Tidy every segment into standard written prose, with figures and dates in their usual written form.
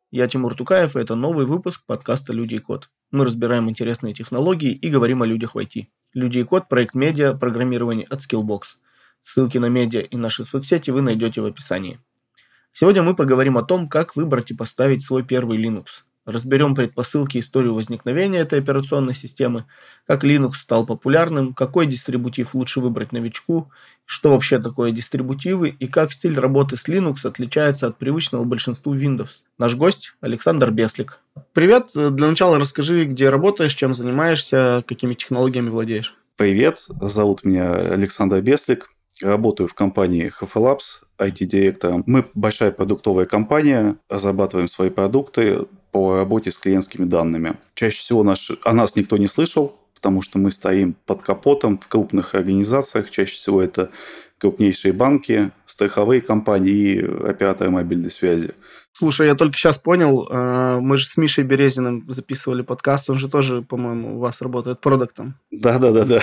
Я Тимур Тукаев, и это новый выпуск подкаста «Люди и код». Мы разбираем интересные технологии и говорим о людях в IT. «Люди и код» – проект медиа программирования от Skillbox. Ссылки на медиа и наши соцсети вы найдете в описании. Сегодня мы поговорим о том, как выбрать и поставить свой первый Linux. Разберем предпосылки и историю возникновения этой операционной системы, как Linux стал популярным, какой дистрибутив лучше выбрать новичку, что вообще такое дистрибутивы и как стиль работы с Linux отличается от привычного большинству Windows. Наш гость Александр Беслик. Привет, для начала расскажи, где работаешь, чем занимаешься, какими технологиями владеешь. Привет, зовут меня Александр Беслик. Работаю в компании HF Labs, IT-директором. Мы большая продуктовая компания, разрабатываем свои продукты по работе с клиентскими данными. Чаще всего о нас никто не слышал, потому что мы стоим под капотом в крупных организациях. Чаще всего это крупнейшие банки, страховые компании и операторы мобильной связи. Слушай, я только сейчас понял, мы же с Мишей Березиным записывали подкаст, он же тоже, по-моему, у вас работает продуктом. Да.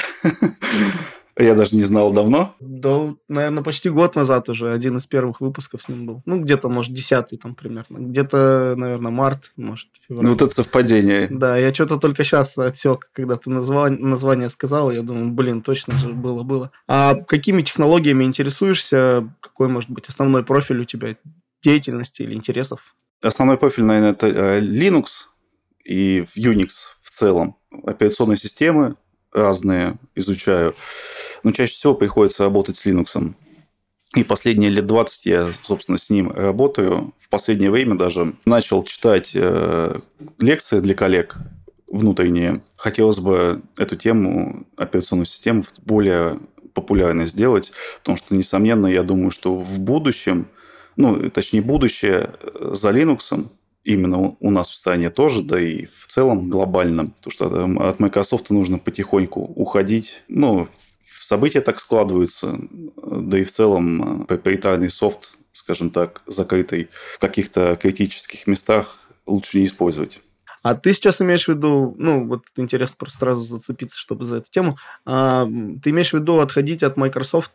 Я даже не знал давно. Да, наверное, почти год назад уже один из первых выпусков с ним был. Ну, где-то, может, 10-й там примерно. Где-то, наверное, март, может, февраль. Ну, вот это совпадение. Да, я что-то только сейчас отсек, когда ты название сказал, я думаю, точно же было. А какими технологиями интересуешься? Какой, может быть, основной профиль у тебя деятельности или интересов? Основной профиль, наверное, это Linux и Unix в целом. Операционные системы разные изучаю. Но чаще всего приходится работать с Linux. И последние лет 20 я, собственно, с ним работаю. В последнее время даже начал читать лекции для коллег внутренние. Хотелось бы эту тему, операционную систему, более популярной сделать, потому что, несомненно, я думаю, что в будущем, будущее за Linux, именно у нас в стране тоже, да и в целом глобально, потому что от Microsoft нужно потихоньку уходить. События так складываются, да и в целом проприетарный софт, скажем так, закрытый в каких-то критических местах, лучше не использовать. А ты сейчас имеешь в виду, интересно просто сразу зацепиться, чтобы за эту тему, ты имеешь в виду отходить от Microsoft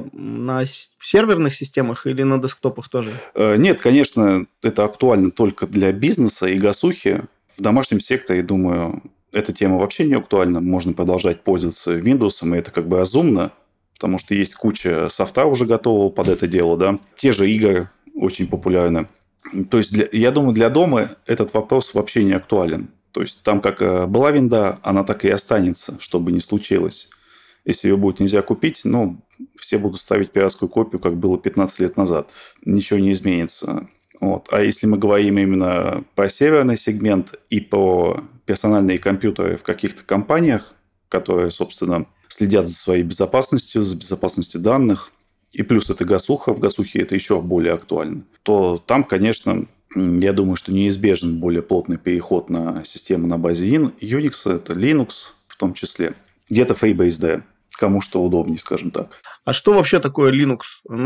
в серверных системах или на десктопах тоже? Нет, конечно, это актуально только для бизнеса и гасухи. В домашнем секторе, думаю, эта тема вообще не актуальна. Можно продолжать пользоваться Windows, и это как бы разумно, потому что есть куча софта уже готового под это дело. Да? Те же игры очень популярны. То есть, я думаю, для дома этот вопрос вообще не актуален. То есть, там как была винда, она так и останется, что бы ни случилось. Если ее будет нельзя купить, все будут ставить пиратскую копию, как было 15 лет назад. Ничего не изменится. Вот. А если мы говорим именно про серверный сегмент и про персональные компьютеры в каких-то компаниях, которые, собственно, следят за своей безопасностью, за безопасностью данных, и плюс это гасуха, в гасухе это еще более актуально, то там, конечно, я думаю, что неизбежен более плотный переход на систему на базе Unix, это Linux в том числе, где-то FreeBSD, кому что удобнее, скажем так. А что вообще такое Linux?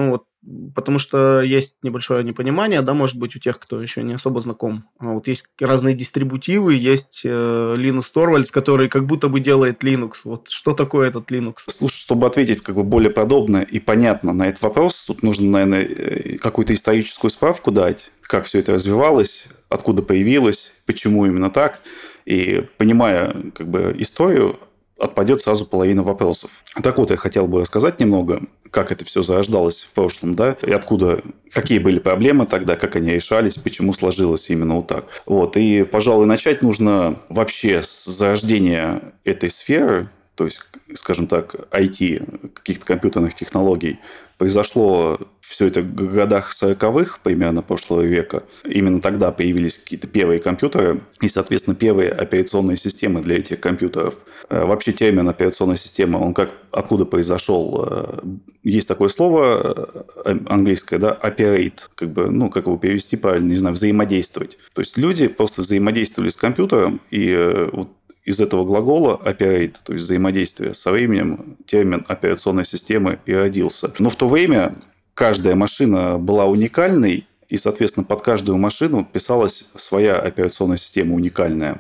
Потому что есть небольшое непонимание, да, может быть, у тех, кто еще не особо знаком. Вот есть разные дистрибутивы, есть Linus Torvalds, который как будто бы делает Linux. Вот что такое этот Linux? Слушай, чтобы ответить более подробно и понятно на этот вопрос, тут нужно, наверное, какую-то историческую справку дать, как все это развивалось, откуда появилось, почему именно так. И понимая историю, отпадет сразу половина вопросов. Так вот, я хотел бы рассказать немного, как это все зарождалось в прошлом, да, и откуда, какие были проблемы тогда, как они решались, почему сложилось именно вот так. Вот, и, пожалуй, начать нужно вообще с зарождения этой сферы, то есть, скажем так, IT, каких-то компьютерных технологий. Произошло все это в годах 40-х примерно прошлого века. Именно тогда появились какие-то первые компьютеры и, соответственно, первые операционные системы для этих компьютеров. Вообще термин операционная система, он откуда произошел? Есть такое слово английское, да, operate, как его перевести правильно, не знаю, взаимодействовать. То есть люди просто взаимодействовали с компьютером, и из этого глагола operate, то есть взаимодействие, со временем термин операционной системы и родился. Но в то время каждая машина была уникальной, и, соответственно, под каждую машину писалась своя операционная система уникальная.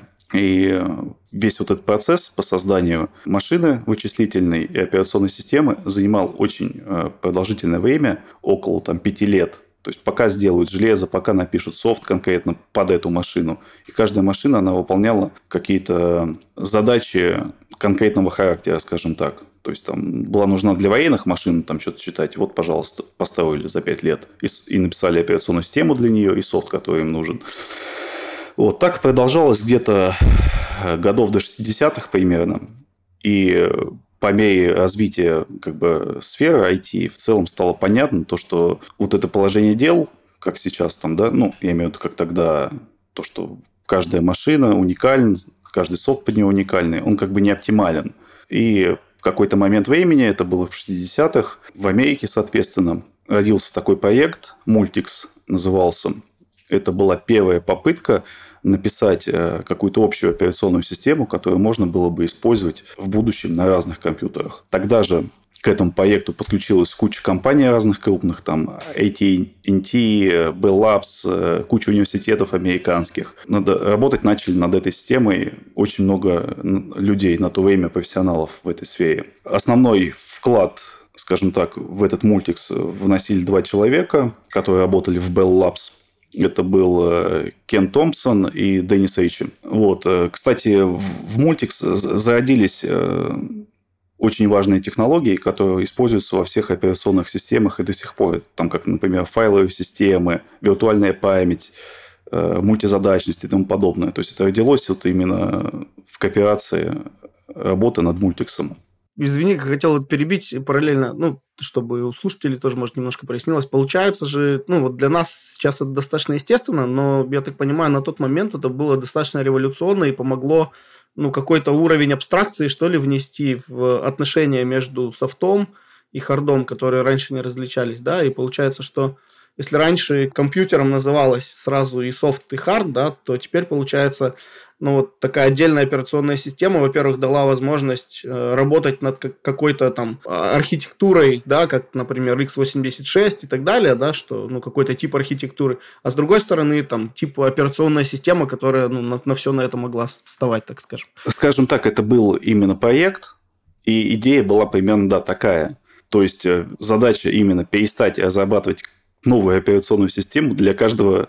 И весь вот этот процесс по созданию машины вычислительной и операционной системы занимал очень продолжительное время, около 5 лет. То есть пока сделают железо, пока напишут софт конкретно под эту машину. И каждая машина, она выполняла какие-то задачи конкретного характера, скажем так. То есть там была нужна для военных машин там что-то читать. Вот, пожалуйста, построили за 5 лет. И написали операционную систему для нее, и софт, который им нужен. Вот так продолжалось где-то годов до 60-х примерно. И по мере развития сферы IT в целом стало понятно то, что вот это положение дел, как сейчас там, да, ну, я имею в виду, как тогда, то, что каждая машина уникальна, каждый софт под нее уникальный, он как бы не оптимален. И в какой-то момент времени, это было в 60-х, в Америке, соответственно, родился такой проект, Multics назывался. Это была первая попытка написать какую-то общую операционную систему, которую можно было бы использовать в будущем на разных компьютерах. Тогда же к этому проекту подключилась куча компаний разных крупных, там AT&T, Bell Labs, куча университетов американских. Работать начали над этой системой очень много людей на то время, профессионалов в этой сфере. Основной вклад, скажем так, в этот Multics вносили 2 человека, которые работали в Bell Labs. Это был Кен Томпсон и Деннис Ричи. Вот. Кстати, в Multics зародились очень важные технологии, которые используются во всех операционных системах и до сих пор. Там, как, например, файловые системы, виртуальная память, мультизадачность и тому подобное. То есть, это родилось вот именно в кооперации работы над Multics'ом. Извини, хотел перебить параллельно, чтобы у слушателей тоже, может, немножко прояснилось. Получается же, вот для нас сейчас это достаточно естественно, но, я так понимаю, на тот момент это было достаточно революционно и помогло, какой-то уровень абстракции, что ли, внести в отношения между софтом и хардом, которые раньше не различались, да, и получается, что если раньше компьютером называлось сразу и софт, и хард, да, то теперь получается, вот такая отдельная операционная система, во-первых, дала возможность работать над какой-то там архитектурой, да, как, например, x86 и так далее, да, что, какой-то тип архитектуры, а с другой стороны, там, типа операционная система, которая, на все на это могла вставать, так скажем. Скажем так, это был именно проект, и идея была примерно, да, такая. То есть, задача именно перестать разрабатывать новую операционную систему для каждой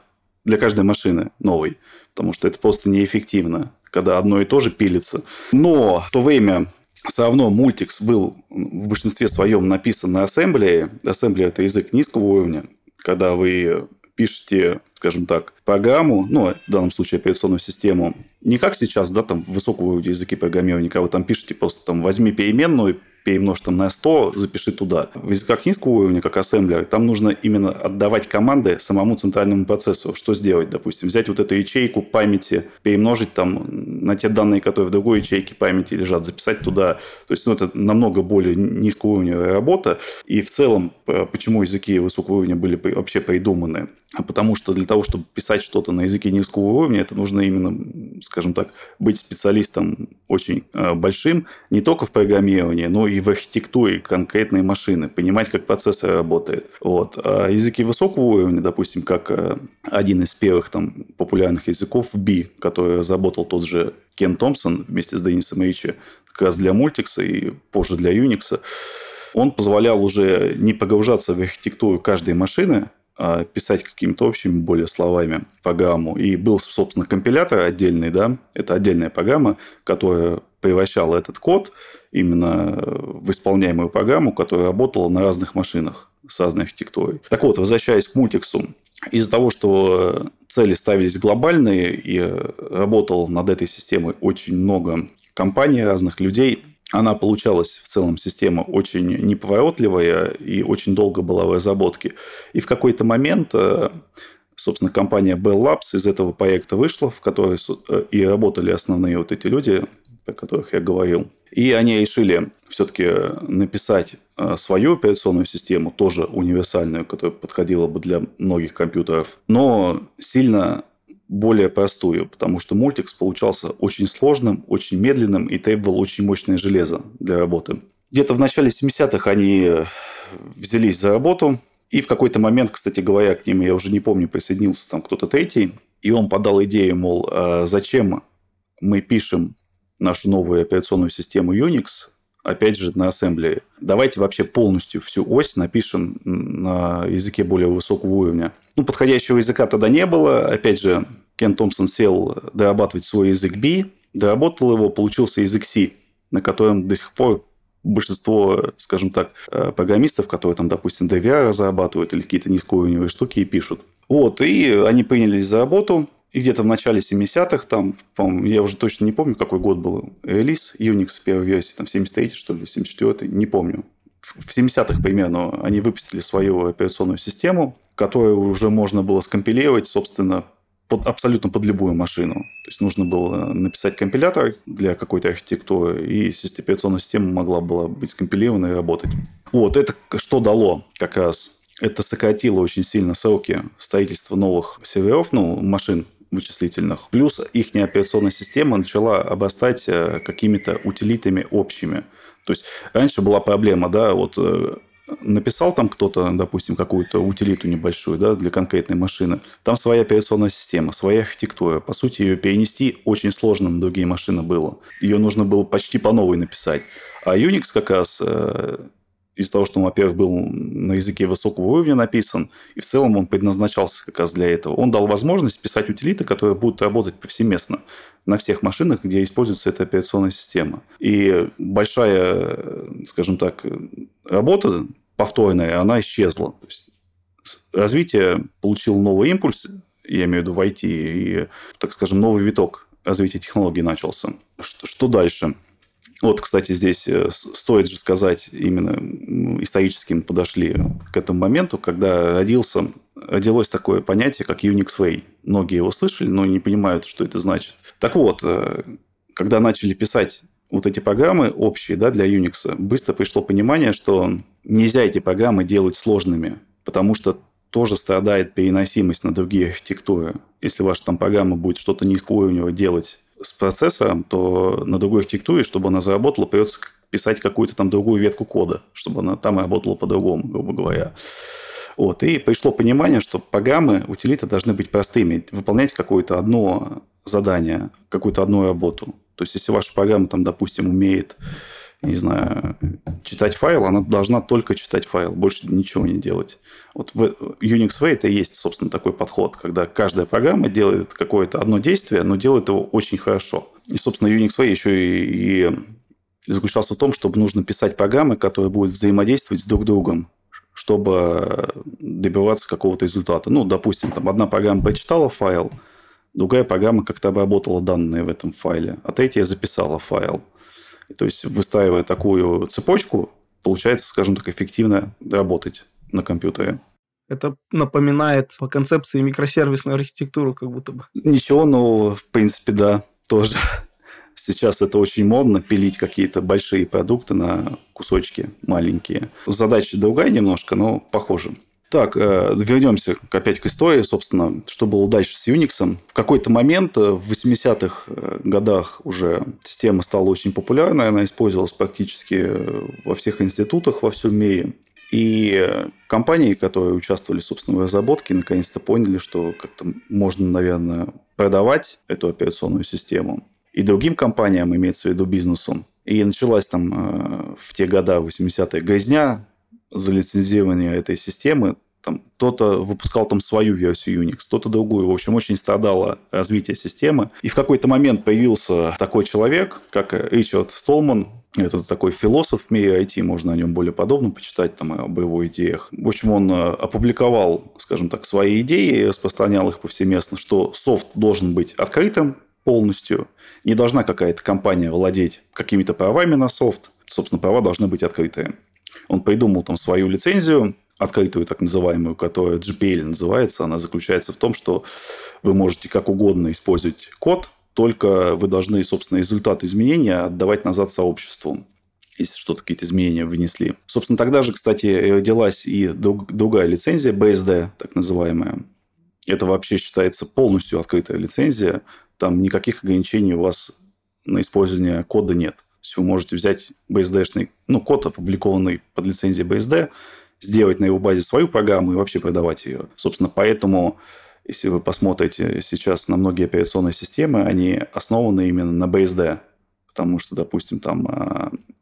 машины новой. Потому что это просто неэффективно, когда одно и то же пилится. Но в то время все равно Multics был в большинстве своем написан на ассемблере. Ассемблер – это язык низкого уровня. Когда вы пишете, скажем так, программу, в данном случае операционную систему, не как сейчас, да, там высокого уровня языки программирования, когда вы там пишете просто там возьми переменную, перемножь там на 100, запиши туда. В языках низкого уровня, как ассемблер, там нужно именно отдавать команды самому центральному процессору. Что сделать, допустим? Взять вот эту ячейку памяти, перемножить там на те данные, которые в другой ячейке памяти лежат, записать туда. То есть, это намного более низкого уровня работа. И в целом, почему языки высокого уровня были вообще придуманы? Потому что для того, чтобы писать что-то на языке низкого уровня, это нужно именно, скажем так, быть специалистом очень большим, не только в программировании, но и в архитектуре конкретной машины, понимать, как процессор работает. Вот. А языки высокого уровня, допустим, как один из первых там, популярных языков B, который разработал тот же Кен Томпсон вместе с Деннисом Ричи, как раз для Multics и позже для Unix, он позволял уже не погружаться в архитектуру каждой машины, а писать какими-то общими более словами программу. И был, собственно, компилятор отдельный, да, это отдельная программа, которая превращала этот код именно в исполняемую программу, которая работала на разных машинах с разной архитектурой. Так вот, возвращаясь к Multics'у, из-за того, что цели ставились глобальные и работало над этой системой очень много компаний, разных людей, она получалась в целом система очень неповоротливая и очень долго была в разработке. И в какой-то момент, собственно, компания Bell Labs из этого проекта вышла, в которой и работали основные вот эти люди, о которых я говорил. И они решили все-таки написать свою операционную систему, тоже универсальную, которая подходила бы для многих компьютеров, но сильно более простую, потому что Multics получался очень сложным, очень медленным и требовал очень мощное железо для работы. Где-то в начале 70-х они взялись за работу, и в какой-то момент, кстати говоря, к ним, я уже не помню, присоединился там кто-то третий, и он подал идею, мол, зачем мы пишем нашу новую операционную систему Unix опять же, на ассемблере. Давайте вообще полностью всю ось напишем на языке более высокого уровня. Подходящего языка тогда не было. Опять же, Кен Томпсон сел дорабатывать свой язык B, доработал его, получился язык C, на котором до сих пор большинство, скажем так, программистов, которые там, допустим, DVR разрабатывают или какие-то низкоуровневые штуки и пишут. И они принялись за работу. И где-то в начале 70-х, там, по-моему, я уже точно не помню, какой год был релиз Unix первой версии, там, 73-й, что ли, 74-й, не помню. В 70-х примерно они выпустили свою операционную систему, которую уже можно было скомпилировать, собственно, абсолютно под любую машину. То есть нужно было написать компилятор для какой-то архитектуры, и операционная система могла была быть скомпилирована и работать. Это что дало как раз? Это сократило очень сильно сроки строительства новых серверов, машин вычислительных. Плюс их операционная система начала обрастать какими-то утилитами общими. То есть раньше была проблема, да, написал там кто-то, допустим, какую-то утилиту небольшую, да, для конкретной машины. Там своя операционная система, своя архитектура. По сути, ее перенести очень сложно на другие машины было. Ее нужно было почти по новой написать. А Unix как раз из-за того, что он, во-первых, был на языке высокого уровня написан, и в целом он предназначался как раз для этого. Он дал возможность писать утилиты, которые будут работать повсеместно на всех машинах, где используется эта операционная система. И большая, скажем так, работа повторная, она исчезла. То есть развитие получило новый импульс, я имею в виду в IT, и, так скажем, новый виток развития технологий начался. Что дальше? Кстати, здесь стоит же сказать, именно исторически мы подошли к этому моменту, когда родилось такое понятие, как Unix Way. Многие его слышали, но не понимают, что это значит. Так вот, когда начали писать эти программы общие, да, для Unix, быстро пришло понимание, что нельзя эти программы делать сложными, потому что тоже страдает переносимость на другие архитектуры. Если ваша там программа будет что-то низкоуровневое делать с процессором, то на другой архитектуре, чтобы она заработала, придется писать какую-то там другую ветку кода, чтобы она там работала по-другому, грубо говоря. И пришло понимание, что программы, утилиты должны быть простыми, выполнять какое-то одно задание, какую-то одну работу. То есть, если ваша программа, там, допустим, умеет, не знаю, читать файл, она должна только читать файл, больше ничего не делать. В Unix Way это и есть, собственно, такой подход, когда каждая программа делает какое-то одно действие, но делает его очень хорошо. И, собственно, Unix Way еще и заключался в том, чтобы нужно писать программы, которые будут взаимодействовать с друг другом, чтобы добиваться какого-то результата. Допустим, там одна программа прочитала файл, другая программа как-то обработала данные в этом файле, а третья записала файл. То есть, выстраивая такую цепочку, получается, скажем так, эффективно работать на компьютере. Это напоминает по концепции микросервисную архитектуру, как будто бы. Ничего нового, в принципе, да, тоже. Сейчас это очень модно, пилить какие-то большие продукты на кусочки маленькие. Задача другая немножко, но похожа. Так, вернемся опять к истории, собственно, что было дальше с Unix. В какой-то момент, в 80-х годах уже система стала очень популярной, она использовалась практически во всех институтах во всем мире. И компании, которые участвовали, собственно, в разработке, наконец-то поняли, что как-то можно, наверное, продавать эту операционную систему и другим компаниям, имеется в виду бизнесу. И началась там в те года, 80-е, грязня за лицензирование этой системы. Там кто-то выпускал там свою версию Unix, кто-то другую. В общем, очень страдало развитие системы. И в какой-то момент появился такой человек, как Ричард Столман. Это такой философ в мире IT, можно о нем более подробно почитать, там, об его идеях. В общем, он опубликовал, скажем так, свои идеи и распространял их повсеместно, что софт должен быть открытым полностью. Не должна какая-то компания владеть какими-то правами на софт. Собственно, права должны быть открытые. Он придумал там свою лицензию, открытую так называемую, которая GPL называется. Она заключается в том, что вы можете как угодно использовать код, только вы должны, собственно, результат изменения отдавать назад сообществу, если что-то, какие-то изменения внесли. Собственно, тогда же, кстати, родилась и другая лицензия, BSD, так называемая. Это вообще считается полностью открытая лицензия. Там никаких ограничений у вас на использование кода нет. То есть вы можете взять BSD-шный, код, опубликованный под лицензией BSD, сделать на его базе свою программу и вообще продавать ее. Собственно, поэтому, если вы посмотрите сейчас на многие операционные системы, они основаны именно на BSD. Потому что, допустим, там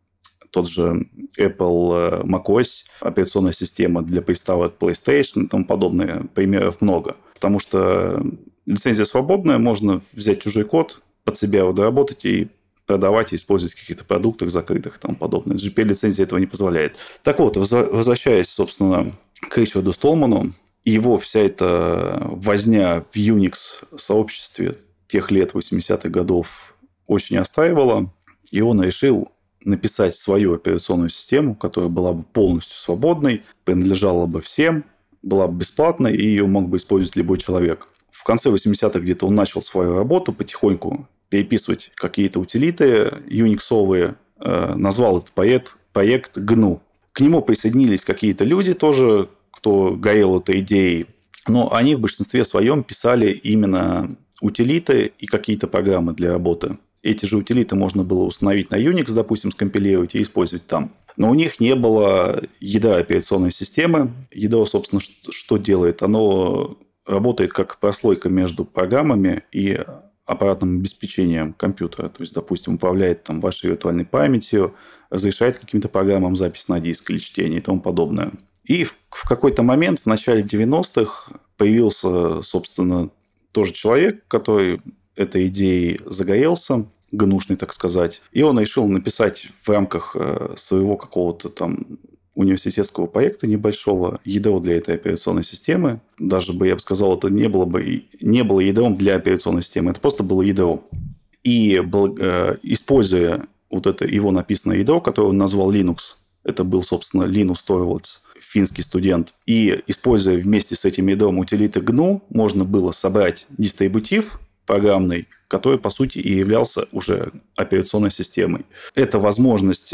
тот же Apple macOS, операционная система для приставок PlayStation и тому подобное. Примеров много. Потому что лицензия свободная, можно взять чужой код, под себя его доработать и продавать и использовать в каких-то продуктах закрытых и тому подобное. GPL-лицензия этого не позволяет. Так вот, возвращаясь, собственно, к Ричарду Столману, его вся эта возня в Unix-сообществе тех лет 80-х годов очень остаивала, и он решил написать свою операционную систему, которая была бы полностью свободной, принадлежала бы всем, была бы бесплатной, и ее мог бы использовать любой человек. В конце 80-х где-то он начал свою работу потихоньку переписывать какие-то утилиты юниксовые, назвал этот проект GNU. К нему присоединились какие-то люди тоже, кто горел этой идеей, но они в большинстве своем писали именно утилиты и какие-то программы для работы. Эти же утилиты можно было установить на Unix, допустим, скомпилировать и использовать там. Но у них не было ядра операционной системы. Ядро, собственно, что делает? Оно работает как прослойка между программами и аппаратным обеспечением компьютера. То есть, допустим, управляет там, вашей виртуальной памятью, разрешает каким-то программам запись на диск или чтение и тому подобное. И в какой-то момент, в начале 90-х, появился, собственно, тоже человек, который этой идеей загорелся, гнушный, так сказать. И он решил написать в рамках своего какого-то там университетского проекта небольшого ядро для этой операционной системы. Даже бы, я бы сказал, это не было ядром для операционной системы. Это просто было ядро. И используя вот это его написанное ядро, которое он назвал Linux, это был, собственно, Linus Torvalds, финский студент, и используя вместе с этим ядром утилиты GNU, можно было собрать дистрибутив программный, который, по сути, и являлся уже операционной системой. Эта возможность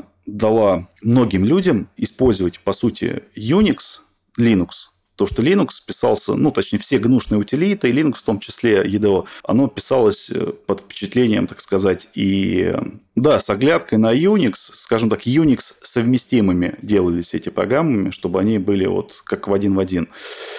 дала многим людям использовать, по сути, Unix, Linux. То, что Linux писался, точнее, все гнушные утилиты, и Linux в том числе ядро, оно писалось под впечатлением, так сказать, и, да, с оглядкой на Unix, скажем так, Unix совместимыми делались эти программы, чтобы они были вот как в один.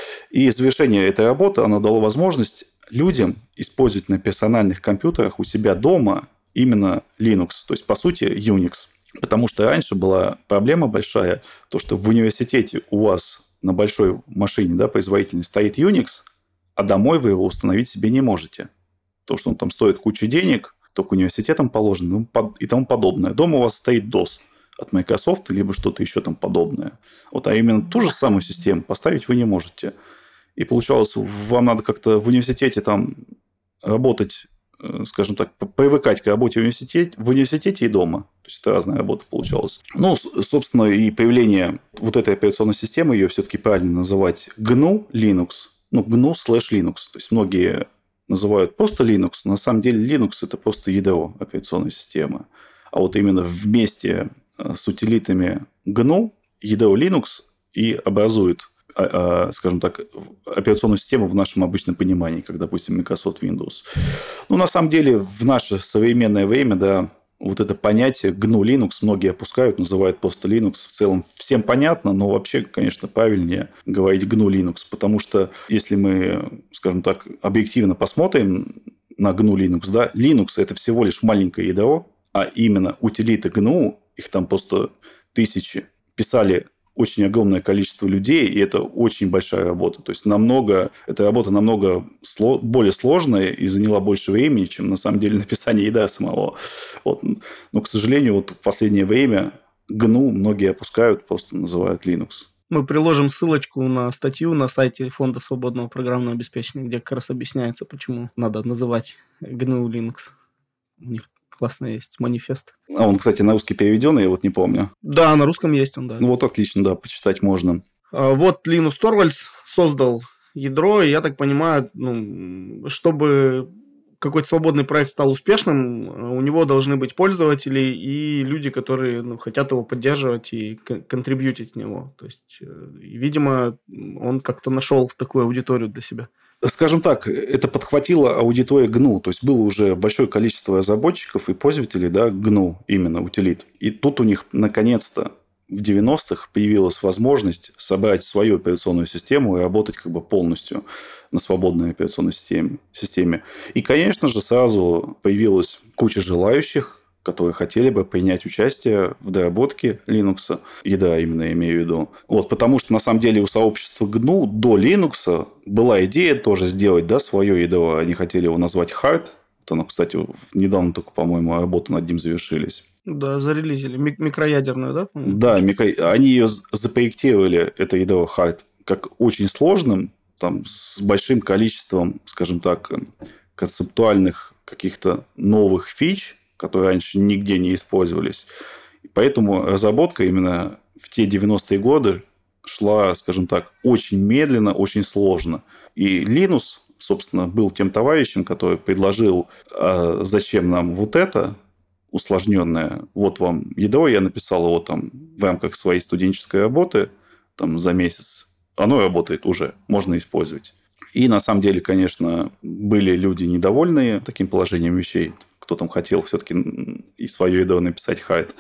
И завершение этой работы, оно дало возможность людям использовать на персональных компьютерах у себя дома именно Linux, то есть, по сути, Unix. Потому что раньше была проблема большая, то, что в университете у вас на большой машине, да, производительной стоит Unix, а домой вы его установить себе не можете. То, что он там стоит кучу денег, только университетам положено и тому подобное. Дома у вас стоит DOS от Microsoft, либо что-то еще там подобное. А именно ту же самую систему поставить вы не можете. И получалось, вам надо как-то в университете там работать, скажем так, привыкать к работе в университете и дома. То есть, это разная работа получалась. Собственно, и появление вот этой операционной системы, ее все-таки правильно называть GNU Linux, GNU/Linux. То есть, многие называют просто Linux, но на самом деле Linux – это просто ядро операционной системы. А вот именно вместе с утилитами GNU ядро Linux и образует, скажем так, операционную систему в нашем обычном понимании, как, допустим, Microsoft Windows. На самом деле, в наше современное время, да, вот это понятие GNU Linux многие опускают, называют просто Linux. В целом всем понятно, но вообще, конечно, правильнее говорить GNU Linux, потому что если мы, скажем так, объективно посмотрим на GNU Linux, да, Linux – это всего лишь маленькое ядро, а именно утилиты GNU, их там просто тысячи, писали очень огромное количество людей, и это очень большая работа. То есть, эта работа намного более сложная и заняла больше времени, чем, на самом деле, написание ядра самого. Но, к сожалению, в последнее время GNU многие опускают, просто называют Linux. Мы приложим ссылочку на статью на сайте Фонда свободного программного обеспечения, где как раз объясняется, почему надо называть GNU Linux. У них классно есть манифест. Он, кстати, на русский переведен, я не помню. Да, на русском есть он, да. Отлично, да, почитать можно. Линус Торвальдс создал ядро, и я так понимаю, чтобы какой-то свободный проект стал успешным, у него должны быть пользователи и люди, которые хотят его поддерживать и контрибьютить в него. То есть, видимо, он как-то нашел такую аудиторию для себя. Скажем так, это подхватило аудитория GNU. То есть, было уже большое количество разработчиков и пользователей, да, GNU, именно утилит. И тут у них, наконец-то, в 90-х появилась возможность собрать свою операционную систему и работать полностью на свободной операционной системе. И, конечно же, сразу появилась куча желающих, которые хотели бы принять участие в доработке Linux. Ядра именно имею в виду. Вот, потому что, на самом деле, у сообщества GNU до Linux была идея тоже сделать, да, свое ядро. Они хотели его назвать Hard. Вот оно, кстати, недавно только, по-моему, работы над ним завершились. Да, зарелизили. Микроядерную, да, по-моему? Да, они ее запроектировали, это ядро Hard, как очень сложным, там, с большим количеством, скажем так, концептуальных каких-то новых фич, которые раньше нигде не использовались. И поэтому разработка именно в те 90-е годы шла, скажем так, очень медленно, очень сложно. И Linus, собственно, был тем товарищем, который предложил, зачем нам вот это усложненное. Вот вам ядро, я написал его там в рамках своей студенческой работы там, за месяц. Оно работает уже, можно использовать. И на самом деле, конечно, были люди недовольные таким положением вещей. Кто там хотел все-таки и свое ядро написать Hard.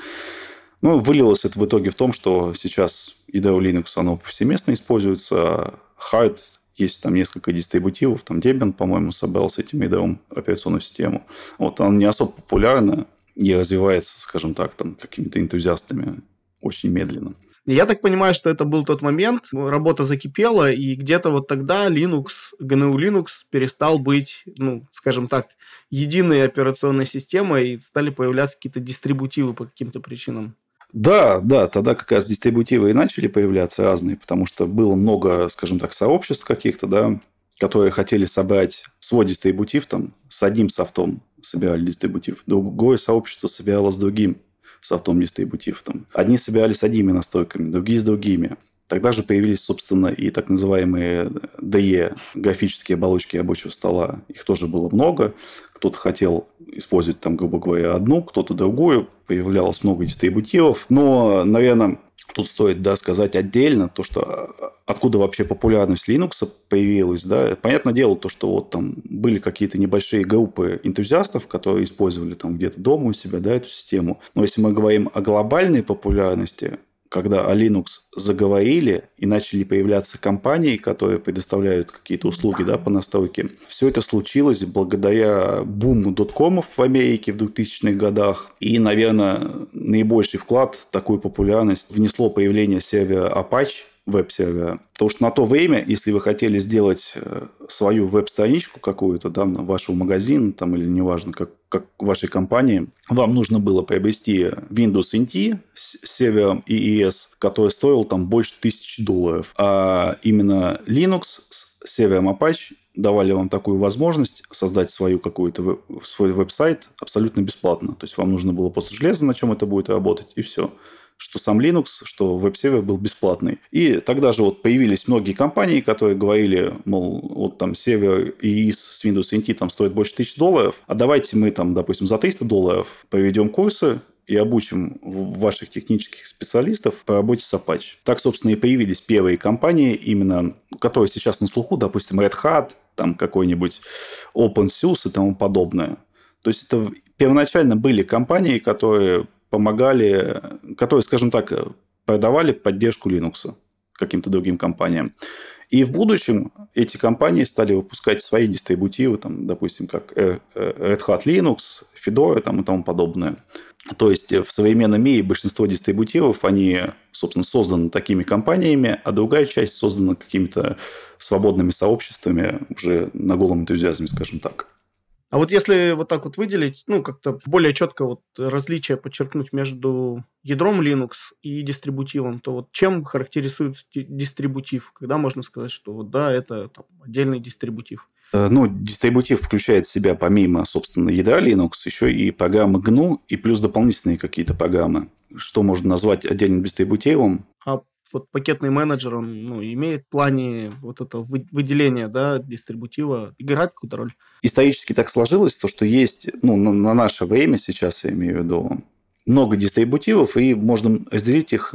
Но вылилось это в итоге в том, что сейчас ядро Linux, оно повсеместно используется, а Hard есть там несколько дистрибутивов. Там Debian, по-моему, собрал с этим ядром операционную систему. Вот, она не особо популярна и развивается, скажем так, там какими-то энтузиастами очень медленно. Я так понимаю, что это был тот момент, работа закипела, и где-то вот тогда Linux, GNU Linux перестал быть, ну, скажем так, единой операционной системой, и стали появляться какие-то дистрибутивы по каким-то причинам. Да, тогда как раз дистрибутивы и начали появляться разные, потому что было много, скажем так, сообществ каких-то, да, которые хотели собрать свой дистрибутив, там, с одним софтом собирали дистрибутив, другое сообщество собирало с другим софтом дистрибутив. Там. Одни собирали с одними настройками, другие с другими. Тогда же появились, собственно, и так называемые DE, графические оболочки рабочего стола. Их тоже было много. Кто-то хотел использовать, там, грубо говоря, одну, кто-то другую. Появлялось много дистрибутивов. Но, наверное, тут стоит, да, сказать отдельно то, что откуда вообще популярность Linux появилась. Да. Понятное дело, то, что вот там были какие-то небольшие группы энтузиастов, которые использовали там где-то дома у себя, да, эту систему. Но если мы говорим о глобальной популярности, когда о Linux заговорили и начали появляться компании, которые предоставляют какие-то услуги, да, по настройке, все это случилось благодаря буму доткомов в Америке в 2000-х годах. И, наверное, наибольший вклад в такую популярность внесло появление сервера Apache, веб-сервера. Потому что на то время, если вы хотели сделать свою веб-страничку какую-то, да, вашего магазина там, или неважно, как вашей компании, вам нужно было приобрести Windows NT с сервером EES, который стоил там больше $1000. А именно Linux с сервером Apache давали вам такую возможность создать свой веб-сайт абсолютно бесплатно. То есть вам нужно было просто железо, на чем это будет работать, и все. Что сам Linux, что веб-сервер был бесплатный. И тогда же вот появились многие компании, которые говорили, мол, вот там сервер EES с Windows NT там стоит больше $1000, а давайте мы там, допустим, за $300 проведем курсы и обучим ваших технических специалистов по работе с Apache. Так, собственно, и появились первые компании, именно, которые сейчас на слуху, допустим, Red Hat, там какой-нибудь OpenSUSE и тому подобное. То есть это первоначально были компании, которые помогали, которые, скажем так, продавали поддержку Linux каким-то другим компаниям. И в будущем эти компании стали выпускать свои дистрибутивы, там, допустим, как Red Hat Linux, Fedora там, и тому подобное. То есть в современном мире большинство дистрибутивов, они, собственно, созданы такими компаниями, а другая часть создана какими-то свободными сообществами уже на голом энтузиазме, скажем так. А вот если вот так вот выделить, ну, как-то более четко вот различие подчеркнуть между ядром Linux и дистрибутивом, то вот чем характеризуется дистрибутив? Когда можно сказать, что вот да, это там, отдельный дистрибутив? Ну, дистрибутив включает в себя помимо, собственно, ядра Linux еще и программы GNU и плюс дополнительные какие-то программы. Что можно назвать отдельным дистрибутивом? А вот пакетный менеджер, он имеет в плане вот этого выделения, да, дистрибутива, играет какую-то роль? Исторически так сложилось, то, что есть, на наше время сейчас, я имею в виду, много дистрибутивов, и можно разделить их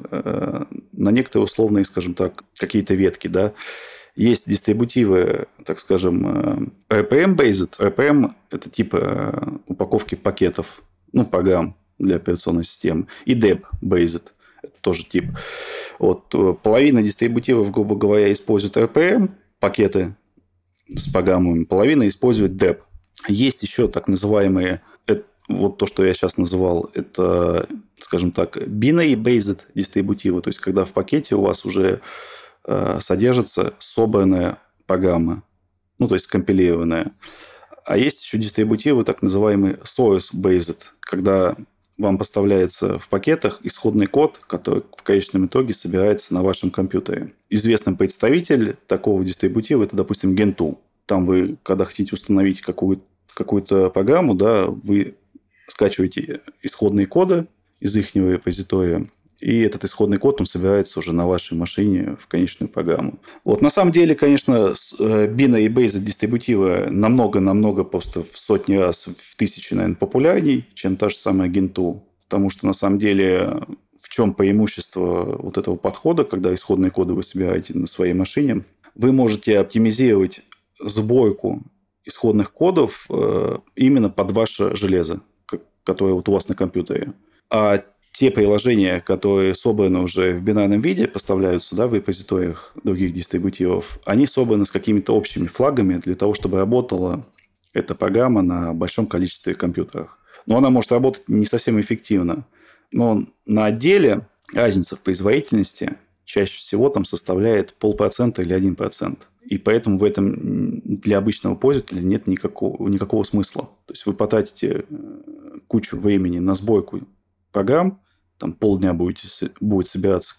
на некоторые условные, скажем так, какие-то ветки, да. Есть дистрибутивы, так скажем, RPM-based. RPM – это тип упаковки пакетов, программ для операционной системы. И DEP-based – это тоже тип. Вот. Половина дистрибутивов, грубо говоря, использует RPM, пакеты с программами, половина использует DEP. Есть еще так называемые вот то, что я сейчас называл, это, скажем так, binary-based дистрибутивы, то есть когда в пакете у вас уже содержится собранная программа, ну, то есть скомпилированная. А есть еще дистрибутивы, так называемые source-based, когда вам поставляется в пакетах исходный код, который в конечном итоге собирается на вашем компьютере. Известный представитель такого дистрибутива – это, допустим, Gentoo. Там вы, когда хотите установить какую-то программу, да, вы скачиваете исходные коды из их репозитория, и этот исходный код, он собирается уже на вашей машине в конечную программу. Вот на самом деле, конечно, binary-based дистрибутивы намного-намного, просто в сотни раз, в тысячи, наверное, популярней, чем та же самая Gentoo. Потому что, на самом деле, в чем преимущество вот этого подхода, когда исходные коды вы собираете на своей машине? Вы можете оптимизировать сборку исходных кодов именно под ваше железо, которое вот у вас на компьютере. А те приложения, которые собраны уже в бинарном виде, поставляются, да, в репозиториях других дистрибутивов, они собраны с какими-то общими флагами для того, чтобы работала эта программа на большом количестве компьютеров. Но она может работать не совсем эффективно. Но на отделе разница в производительности чаще всего там составляет 0,5% или 1%. И поэтому в этом для обычного пользователя нет никакого смысла. То есть вы потратите кучу времени на сборку программ, там полдня будет собираться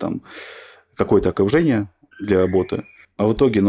какое-то окружение для работы, а в итоге,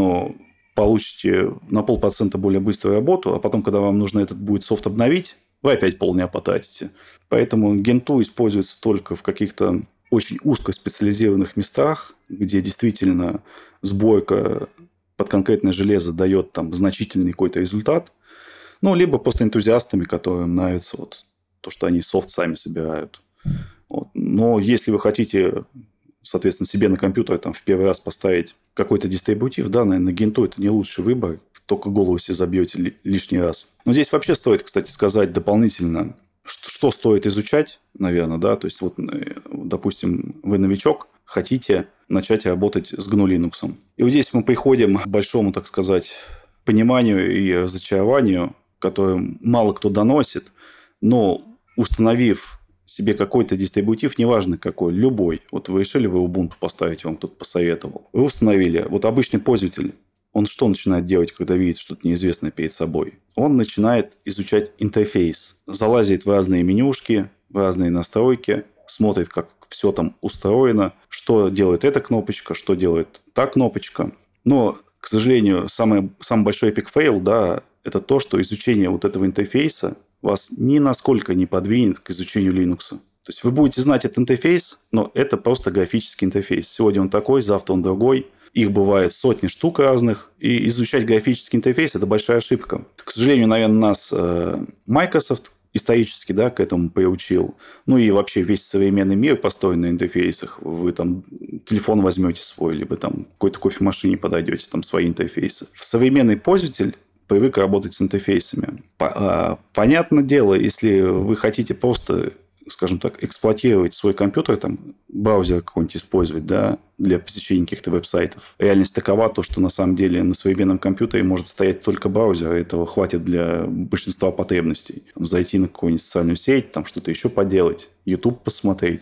получите на 0,5% более быструю работу, а потом, когда вам нужно этот будет софт обновить, вы опять полдня потратите. Поэтому Gentoo используется только в каких-то очень узкоспециализированных местах, где действительно сборка под конкретное железо дает там значительный какой-то результат, либо просто энтузиастами, которым нравится вот то, что они софт сами собирают. Вот. Но если вы хотите, соответственно, себе на компьютер там, в первый раз поставить какой-то дистрибутив, да, наверное, Gentoo – это не лучший выбор, только голову себе забьете лишний раз. Но здесь вообще стоит, кстати, сказать дополнительно, что стоит изучать, наверное, да, то есть, вот, допустим, вы новичок, хотите начать работать с GNU Linux. И вот здесь мы приходим к большому, так сказать, пониманию и разочарованию, которое мало кто доносит, но установив себе какой-то дистрибутив, неважно какой, любой, вот вы решили вы Ubuntu поставить, вам кто-то посоветовал, вы установили, вот обычный пользователь, он что начинает делать, когда видит что-то неизвестное перед собой? Он начинает изучать интерфейс, залазит в разные менюшки, в разные настройки, смотрит, как все там устроено, что делает эта кнопочка, что делает та кнопочка. Но, к сожалению, самый большой epic fail, да, это то, что изучение вот этого интерфейса вас ни насколько не подвинет к изучению Linux. То есть вы будете знать этот интерфейс, но это просто графический интерфейс. Сегодня он такой, завтра он другой. Их бывает сотни штук разных. И изучать графический интерфейс – это большая ошибка. К сожалению, наверное, нас Microsoft исторически, да, к этому приучил. И вообще весь современный мир построен на интерфейсах. Вы там телефон возьмете свой, либо там какой-то кофемашине подойдете, там свои интерфейсы. Современный пользователь привык работать с интерфейсами. Понятное дело, если вы хотите просто, скажем так, эксплуатировать свой компьютер, там, браузер какой-нибудь использовать, да, для посещения каких-то веб-сайтов. Реальность такова, то, что на самом деле на современном компьютере может стоять только браузер, и этого хватит для большинства потребностей. Там, зайти на какую-нибудь социальную сеть, там что-то еще поделать, YouTube посмотреть.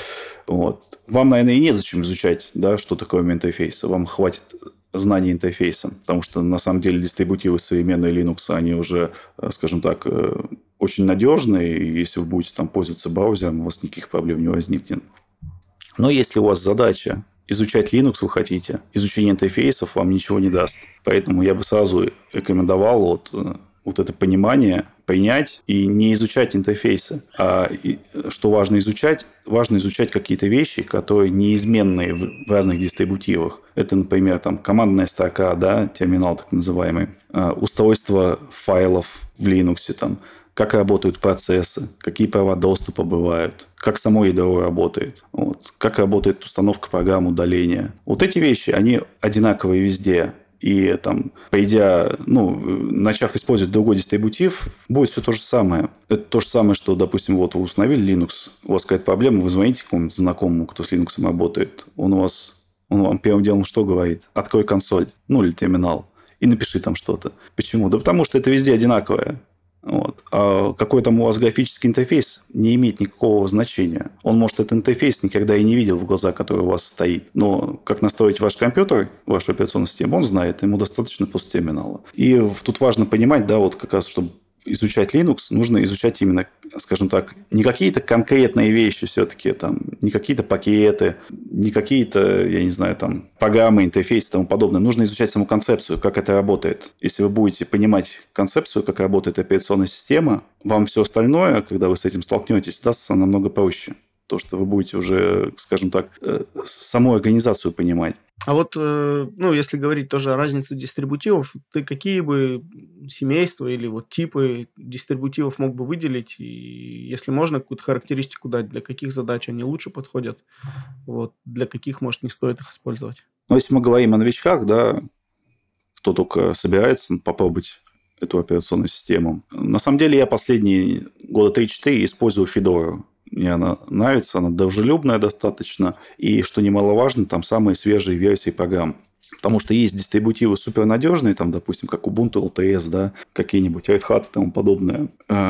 Вот. Вам, наверное, и незачем изучать, да, что такое интерфейс. Вам хватит знания интерфейса, потому что на самом деле дистрибутивы современные Linux, они уже, скажем так, очень надежные, и если вы будете там пользоваться браузером, у вас никаких проблем не возникнет. Но если у вас задача изучать Linux вы хотите, изучение интерфейсов вам ничего не даст. Поэтому я бы сразу рекомендовал вот это понимание принять и не изучать интерфейсы. Что важно изучать? Важно изучать какие-то вещи, которые неизменные в разных дистрибутивах. Это, например, там, командная строка, да, терминал так называемый, устройство файлов в Linux, там, как работают процессы, какие права доступа бывают, как само ядро работает, как работает установка программ удаления. Вот эти вещи, они одинаковые везде. И там, начав использовать другой дистрибутив, будет все то же самое. Это то же самое, что, допустим, вот вы установили Linux, у вас какая-то проблема, вы звоните какому-то знакомому, кто с Linux работает, он вам первым делом что говорит? Открой консоль, или терминал, и напиши там что-то. Почему? Да потому что это везде одинаковое. Вот. А какой там у вас графический интерфейс, не имеет никакого значения. Он, может, этот интерфейс никогда и не видел в глаза, который у вас стоит. Но как настроить ваш компьютер, вашу операционную систему, он знает. Ему достаточно просто терминала. И тут важно понимать, да, вот как раз, чтобы изучать Linux, нужно изучать именно, скажем так, не какие-то конкретные вещи все-таки, там, не какие-то пакеты, не какие-то, я не знаю, там, программы, интерфейсы и тому подобное. Нужно изучать саму концепцию, как это работает. Если вы будете понимать концепцию, как работает операционная система, вам все остальное, когда вы с этим столкнетесь, дастся намного проще. То, что вы будете уже, скажем так, саму организацию понимать. А вот, если говорить тоже о разнице дистрибутивов, ты какие бы семейства или вот типы дистрибутивов мог бы выделить? И если можно, какую-то характеристику дать, для каких задач они лучше подходят, вот, для каких, может, не стоит их использовать? Но если мы говорим о новичках, да, кто только собирается попробовать эту операционную систему. На самом деле, я последние года 3-4 использую Fedora. Мне она нравится, она дружелюбная достаточно. И, что немаловажно, там самые свежие версии программ. Потому что есть дистрибутивы супернадежные, там, допустим, как Ubuntu LTS, да, какие-нибудь Red Hat и тому подобное,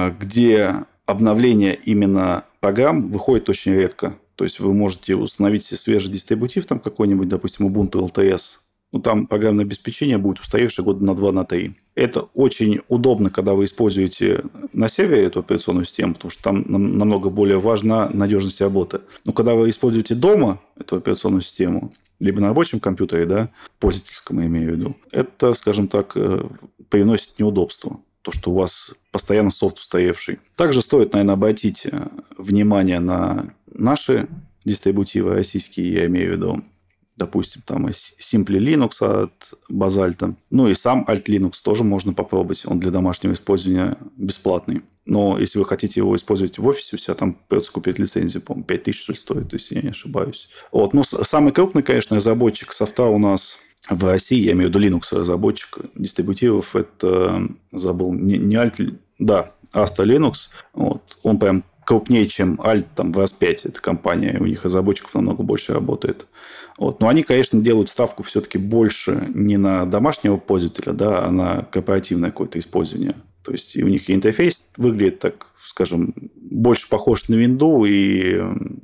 где обновление именно программ выходит очень редко. То есть вы можете установить себе свежий дистрибутив, там какой-нибудь, допустим, Ubuntu LTS. Ну, там программное обеспечение будет устаревшее года на 2-3. Это очень удобно, когда вы используете на сервере эту операционную систему, потому что там намного более важна надежность работы. Но когда вы используете дома эту операционную систему, либо на рабочем компьютере, да, пользовательском я имею в виду, это, скажем так, приносит неудобства. То, что у вас постоянно софт устаревший. Также стоит, наверное, обратить внимание на наши дистрибутивы российские, я имею в виду. Допустим, там Simply Linux от Basalt. Ну, и сам Alt Linux тоже можно попробовать. Он для домашнего использования бесплатный. Но если вы хотите его использовать в офисе у себя, там придется купить лицензию, по-моему, 5000, что ли, стоит, если я не ошибаюсь. Вот. Ну, самый крупный, конечно, разработчик софта у нас в России, я имею в виду Linux разработчик дистрибутивов, это, забыл, не Alt, да, Asta Linux. Вот. Он прям крупнее, чем Alt, там, в раз 5. Эта компания, у них разработчиков намного больше работает. Вот. Но они, конечно, делают ставку все-таки больше не на домашнего пользователя, да, а на корпоративное какое-то использование. То есть, и у них интерфейс выглядит, так скажем, больше похож на Windows, и,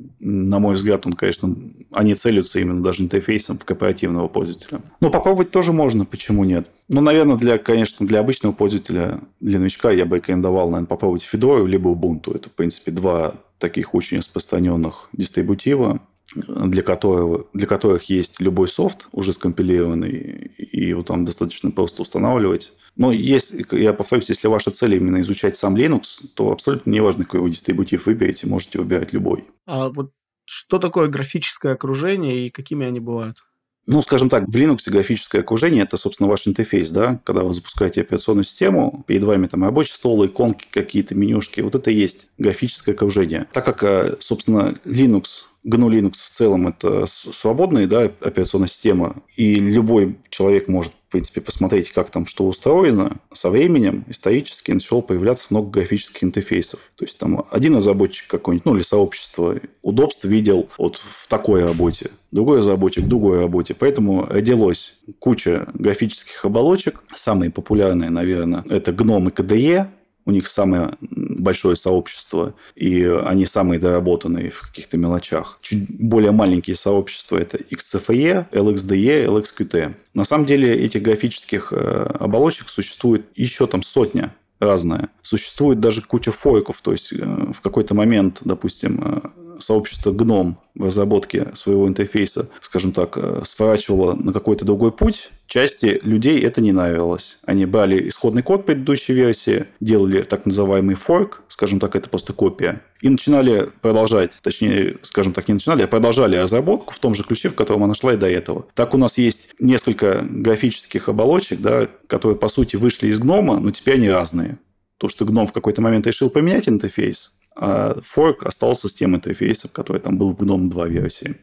на мой взгляд, он, конечно, они целятся именно даже интерфейсом в корпоративного пользователя. Но попробовать тоже можно, почему нет? Ну, наверное, конечно, для обычного пользователя, для новичка я бы рекомендовал, наверное, попробовать Fedora либо Ubuntu. Это, в принципе, два таких очень распространенных дистрибутива, для которых есть любой софт, уже скомпилированный, и его там достаточно просто устанавливать. Но я повторюсь, если ваша цель именно изучать сам Linux, то абсолютно неважно, какой вы дистрибутив выберете, можете выбирать любой. А вот что такое графическое окружение и какими они бывают? Ну, скажем так, в Linux графическое окружение – это, собственно, ваш интерфейс, да? Когда вы запускаете операционную систему, перед вами там рабочий стол, иконки какие-то, менюшки. Вот это и есть графическое окружение. Так как, собственно, Linux, GNU Linux в целом – это свободная, да, операционная система, и любой человек может, в принципе, посмотреть, как там что устроено, со временем исторически начало появляться много графических интерфейсов. То есть, там один разработчик какой-нибудь, ну, или сообщество удобств видел вот в такой работе, другой разработчик в другой работе. Поэтому родилась куча графических оболочек. Самые популярные, наверное, это GNOME и KDE. У них самое большое сообщество, и они самые доработанные в каких-то мелочах. Чуть более маленькие сообщества – это XFCE, LXDE, LXQT. На самом деле этих графических оболочек существует еще там сотня разная. Существует даже куча форков, то есть в какой-то момент, допустим, сообщество GNOME в разработке своего интерфейса, скажем так, сворачивало на какой-то другой путь. Части людей это не нравилось. Они брали исходный код предыдущей версии, делали так называемый форк, скажем так, это просто копия, и начинали продолжать, точнее, скажем так, не начинали, а продолжали разработку в том же ключе, в котором она шла и до этого. Так у нас есть несколько графических оболочек, да, которые, по сути, вышли из GNOME, но теперь они разные. То, что GNOME в какой-то момент решил поменять интерфейс, а форк остался с тем интерфейсом, который там был в GNOME 2 версии.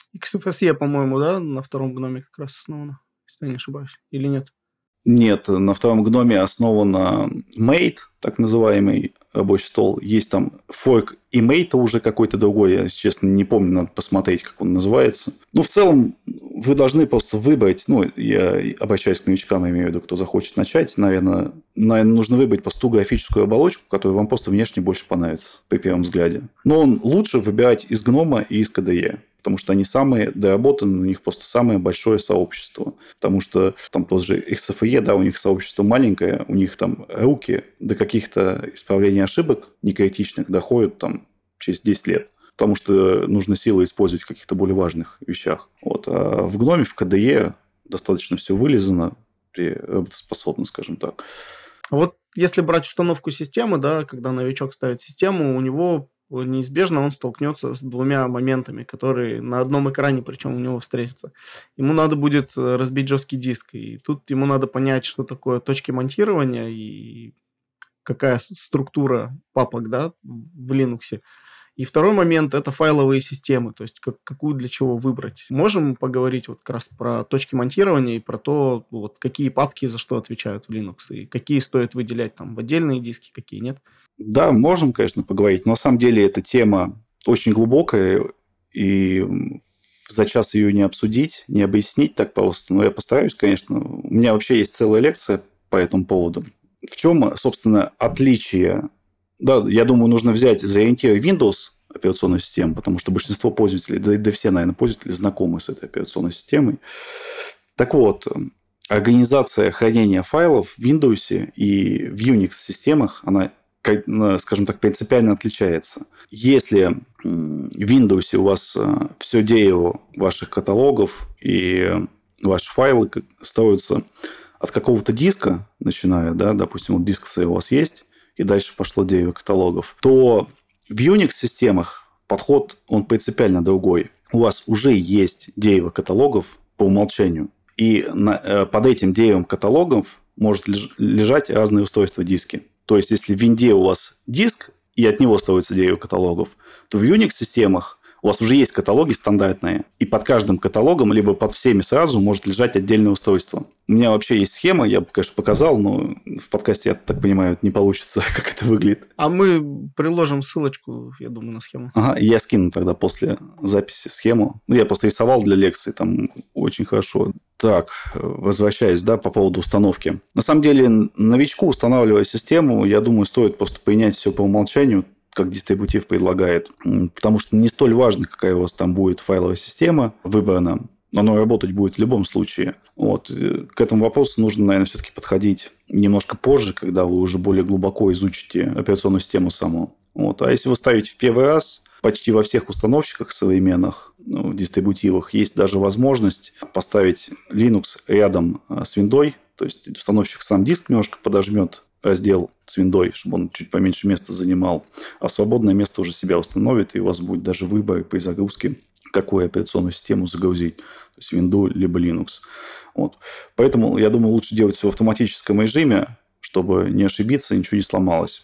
XFCE, по-моему, да, на втором гноме как раз основано, если я не ошибаюсь, или нет? Нет, на втором гноме основано Mate, так называемый рабочий стол. Есть там форк и Mate уже какой-то другой. Я, честно, не помню, надо посмотреть, как он называется. Ну, в целом, вы должны просто выбрать, я обращаюсь к новичкам, я имею в виду, кто захочет начать, наверное, нужно выбрать просто ту графическую оболочку, которая вам просто внешне больше понравится при первом взгляде. Но лучше выбирать из гнома и из KDE, потому что они самые доработаны, у них просто самое большое сообщество. Потому что там тот же XFCE, да, у них сообщество маленькое, у них там руки до каких-то исправлений ошибок некритичных доходят там через 10 лет. Потому что нужно силы использовать в каких-то более важных вещах. А в гноме, в KDE достаточно все вылизано и работоспособно, скажем так. А вот если брать установку системы, да, когда новичок ставит систему, у него неизбежно он столкнется с двумя моментами, которые на одном экране, причем у него встретятся. Ему надо будет разбить жесткий диск, и тут ему надо понять, что такое точки монтирования и какая структура папок, да, в Linux. И второй момент – это файловые системы, то есть какую для чего выбрать. Можем поговорить вот как раз про точки монтирования и про то, вот, какие папки за что отвечают в Linux, и какие стоит выделять там в отдельные диски, какие нет? Да, можем, конечно, поговорить, но на самом деле эта тема очень глубокая, и за час ее не обсудить, не объяснить так просто. Но я постараюсь, конечно. У меня вообще есть целая лекция по этому поводу. В чем, собственно, отличие? Да, я думаю, нужно взять за ориентир Windows операционную систему, потому что большинство пользователей, да все, наверное, пользователи знакомы с этой операционной системой. Так вот, организация хранения файлов в Windows и в Unix-системах, она, скажем так, принципиально отличается. Если в Windows у вас все дерево ваших каталогов и ваши файлы строятся от какого-то диска, начиная, да, допустим, вот диск C у вас есть, и дальше пошло дерево каталогов, то в Unix-системах подход, он принципиально другой. У вас уже есть дерево каталогов по умолчанию, и под этим деревом каталогов может лежать разные устройства диски. То есть, если в Винде у вас диск, и от него строится дерево каталогов, то в Unix-системах у вас уже есть каталоги стандартные, и под каждым каталогом, либо под всеми сразу, может лежать отдельное устройство. У меня вообще есть схема, я бы, конечно, показал, но в подкасте, я так понимаю, не получится, как это выглядит. А мы приложим ссылочку, я думаю, на схему. Ага, я скину тогда после записи схему. Я просто рисовал для лекции, там очень хорошо. Так, возвращаясь, да, по поводу установки. На самом деле, новичку, устанавливая систему, я думаю, стоит просто принять все по умолчанию, как дистрибутив предлагает. Потому что не столь важно, какая у вас там будет файловая система выбрана. Оно работать будет в любом случае. К этому вопросу нужно, наверное, все-таки подходить немножко позже, когда вы уже более глубоко изучите операционную систему саму. А если вы ставите в первый раз, почти во всех установщиках современных, дистрибутивах, есть даже возможность поставить Linux рядом с Windows. То есть установщик сам диск немножко подожмет, раздел с Windows, чтобы он чуть поменьше места занимал, а в свободное место уже себя установит, и у вас будет даже выбор при загрузке, какую операционную систему загрузить. То есть Windows либо Linux. Поэтому, я думаю, лучше делать все в автоматическом режиме, чтобы не ошибиться, ничего не сломалось.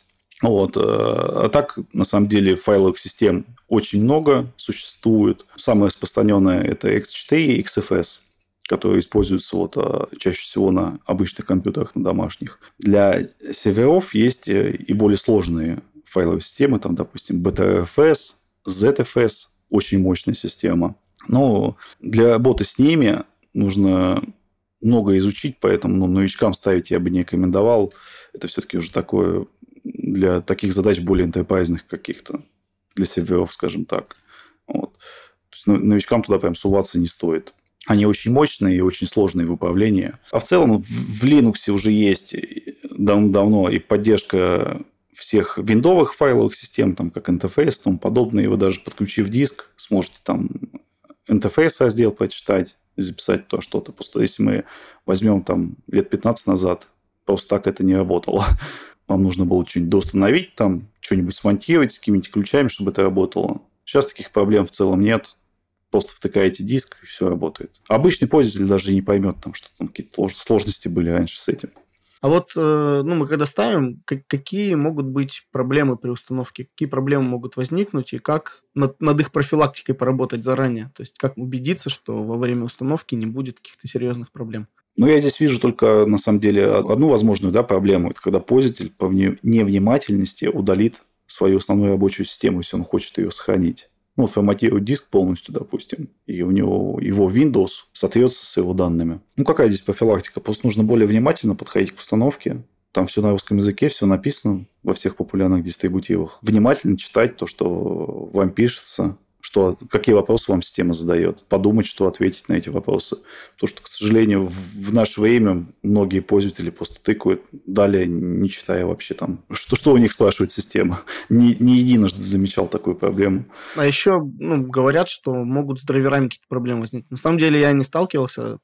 А так, на самом деле, файловых систем очень много существует. Самое распространенное – это X4 и XFS, которые используются чаще всего на обычных компьютерах, на домашних. Для серверов есть и более сложные файловые системы, там, допустим, BTRFS, ZFS, очень мощная система. Но для работы с ними нужно много изучить, поэтому новичкам ставить я бы не рекомендовал. Это все-таки уже такое для таких задач более энтерпрайзных каких-то, для серверов, скажем так. То есть новичкам туда прям суваться не стоит. Они очень мощные и очень сложные в управлении. А в целом в Linux уже есть давно и поддержка всех виндовых файловых систем, там, как NTFS и тому подобное. И вы даже подключив диск, сможете там NTFS раздел прочитать и записать то что-то. Просто если мы возьмем там лет 15 назад, просто так это не работало. Вам нужно было что-нибудь доустановить, там, что-нибудь смонтировать с какими-нибудь ключами, чтобы это работало. Сейчас таких проблем в целом нет. Просто втыкаете диск, и все работает. Обычный пользователь даже не поймет, что там какие-то сложности были раньше с этим. А мы когда ставим, какие могут быть проблемы при установке? Какие проблемы могут возникнуть? И как над их профилактикой поработать заранее? То есть, как убедиться, что во время установки не будет каких-то серьезных проблем? Я здесь вижу только, на самом деле, одну возможную проблему. Это когда пользователь по невнимательности удалит свою основную рабочую систему, если он хочет ее сохранить. Ну, форматирует диск полностью, допустим, и у него его Windows сотрется с его данными. Ну, какая здесь профилактика? Просто нужно более внимательно подходить к установке. Там все на русском языке, все написано во всех популярных дистрибутивах. Внимательно читать то, что вам пишется, какие вопросы вам система задает, подумать, что ответить на эти вопросы. Потому что, к сожалению, в наше время многие пользователи просто тыкают, далее не читая вообще там, что у них спрашивает система. Не единожды замечал такую проблему. А еще говорят, что могут с драйверами какие-то проблемы возникнуть. На самом деле я не сталкивался.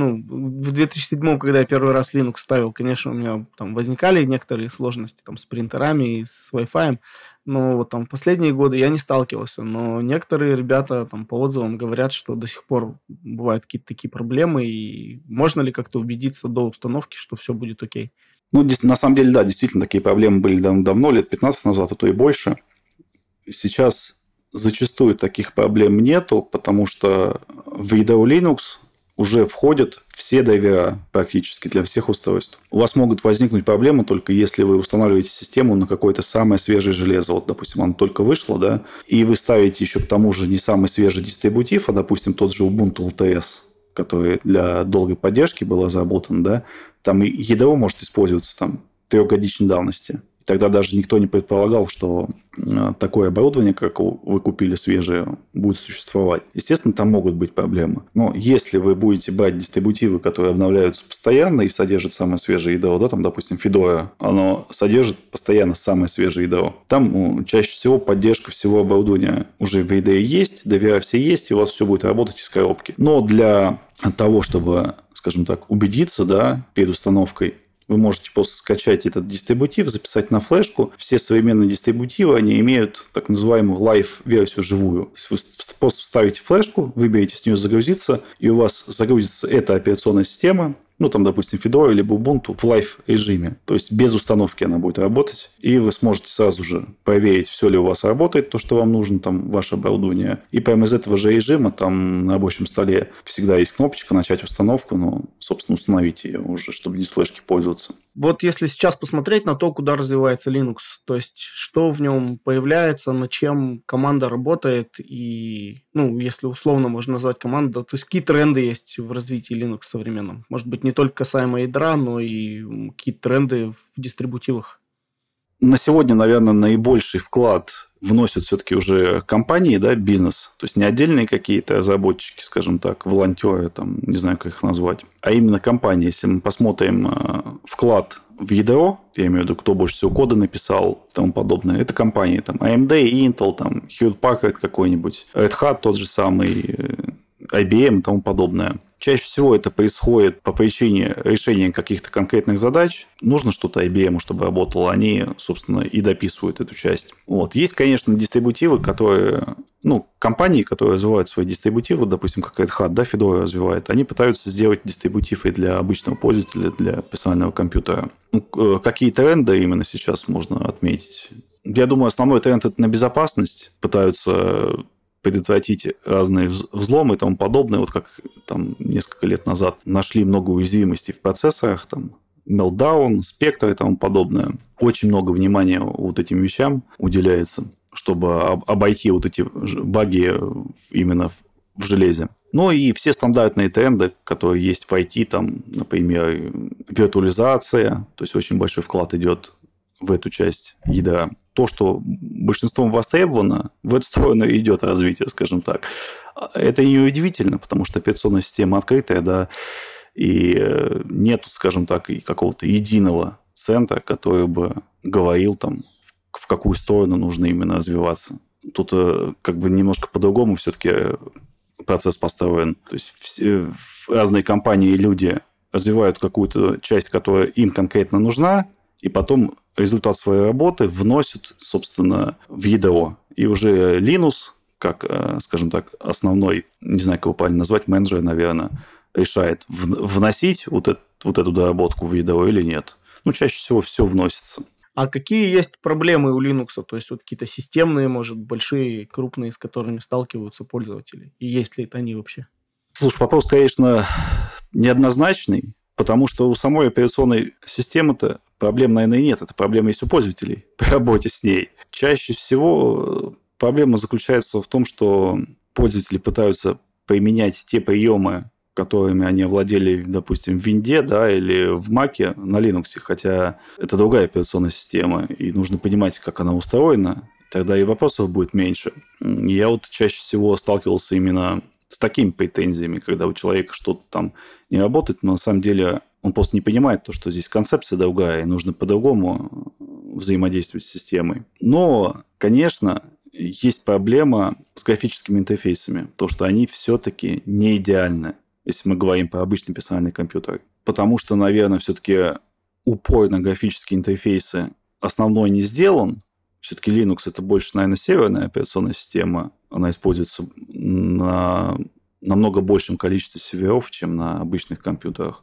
В 2007, когда я первый раз Linux ставил, конечно, у меня там возникали некоторые сложности там, с принтерами и с Wi-Fi. Но вот там в последние годы я не сталкивался. Но некоторые ребята там по отзывам говорят, что до сих пор бывают какие-то такие проблемы. И можно ли как-то убедиться до установки, что все будет окей? Ну, на самом деле, да, действительно, такие проблемы были давно, лет 15 назад, а то и больше. Сейчас зачастую таких проблем нету, потому что в EDO Linux уже входят все драйвера практически для всех устройств. У вас могут возникнуть проблемы только если вы устанавливаете систему на какое-то самое свежее железо. Вот, допустим, оно только вышло, да, и вы ставите еще к тому же не самый свежий дистрибутив, а, допустим, тот же Ubuntu LTS, который для долгой поддержки был разработан, да, там и ядро может использоваться там трехгодичной давности. Тогда даже никто не предполагал, что такое оборудование, как вы купили свежее, будет существовать. Естественно, там могут быть проблемы. Но если вы будете брать дистрибутивы, которые обновляются постоянно и содержат самое свежее ядро, да, там, допустим, Fedora, оно содержит постоянно самое свежее ядро. Там чаще всего поддержка всего оборудования уже в IDE есть, драйвера все есть, и у вас все будет работать из коробки. Но для того, чтобы, скажем так, убедиться, да, перед установкой, вы можете просто скачать этот дистрибутив, записать на флешку. Все современные дистрибутивы, они имеют так называемую live-версию живую. То есть вы просто вставите флешку, выберете с нее загрузиться, и у вас загрузится эта операционная система, ну, там, допустим, Fedora или Ubuntu в лайв-режиме. То есть без установки она будет работать. И вы сможете сразу же проверить, все ли у вас работает, то, что вам нужно, там, ваше оборудование. И прямо из этого же режима там на рабочем столе всегда есть кнопочка «Начать установку». Ну, собственно, установите ее уже, чтобы не с флешки пользоваться. Вот если сейчас посмотреть на то, куда развивается Linux, то есть что в нем появляется, над чем команда работает, и, если условно можно назвать команду, то есть какие тренды есть в развитии Linux современном? Может быть, не только касаемо ядра, но и какие-то тренды в дистрибутивах? На сегодня, наверное, наибольший вклад вносят все-таки уже компании, да, бизнес. То есть не отдельные какие-то разработчики, скажем так, волонтеры, там, не знаю, как их назвать, а именно компании. Если мы посмотрим вклад в ядро, я имею в виду, кто больше всего кода написал и тому подобное, это компании, там, AMD, Intel, там, Hewlett-Packard какой-нибудь, Red Hat тот же самый, IBM и тому подобное. Чаще всего это происходит по причине решения каких-то конкретных задач. Нужно что-то IBM, чтобы работало. Они, собственно, и дописывают эту часть. Вот. Есть, конечно, дистрибутивы, которые... компании, которые развивают свои дистрибутивы, допустим, как Red Hat, да, Fedora развивает, они пытаются сделать дистрибутивы для обычного пользователя, для персонального компьютера. Какие тренды именно сейчас можно отметить? Я думаю, основной тренд – это на безопасность. Пытаются предотвратить разные взломы и тому подобное. Вот как там несколько лет назад нашли много уязвимостей в процессорах, там Meltdown, Spectre и тому подобное. Очень много внимания вот этим вещам уделяется, чтобы обойти вот эти баги именно в железе. Ну и все стандартные тренды, которые есть в IT, там, например, виртуализация, то есть очень большой вклад идет в эту часть ядра. То, что большинством востребовано, в эту сторону идет развитие, скажем так. Это не удивительно, потому что операционная система открытая, да, и нет, скажем так, и какого-то единого центра, который бы говорил, там, в какую сторону нужно именно развиваться. Тут как бы немножко по-другому все-таки процесс построен. То есть разные компании и люди развивают какую-то часть, которая им конкретно нужна, и потом результат своей работы вносят, собственно, в ядро. И уже Linux, как, скажем так, основной, не знаю, как его правильно назвать, менеджер, наверное, решает, вносить вот эту доработку в ядро или нет. Чаще всего все вносится. А какие есть проблемы у Linux? То есть вот какие-то системные, может, большие, крупные, с которыми сталкиваются пользователи? И есть ли это они вообще? Слушай, вопрос, конечно, неоднозначный, потому что у самой операционной системы-то проблем, наверное, и нет. Это проблема есть у пользователей при работе с ней. Чаще всего проблема заключается в том, что пользователи пытаются применять те приемы, которыми они овладели, допустим, в Винде, да, или в Маке на Linux, хотя это другая операционная система, и нужно понимать, как она устроена, тогда и вопросов будет меньше. Я вот чаще всего сталкивался именно с такими претензиями, когда у человека что-то там не работает, но на самом деле он просто не понимает то, что здесь концепция другая, и нужно по-другому взаимодействовать с системой. Но, конечно, есть проблема с графическими интерфейсами, то, что они все-таки не идеальны, если мы говорим про обычный персональный компьютер. Потому что, наверное, все-таки упор на графические интерфейсы основной не сделан. Все-таки Linux это больше, наверное, серверная операционная система. Она используется на намного большем количестве серверов, чем на обычных компьютерах.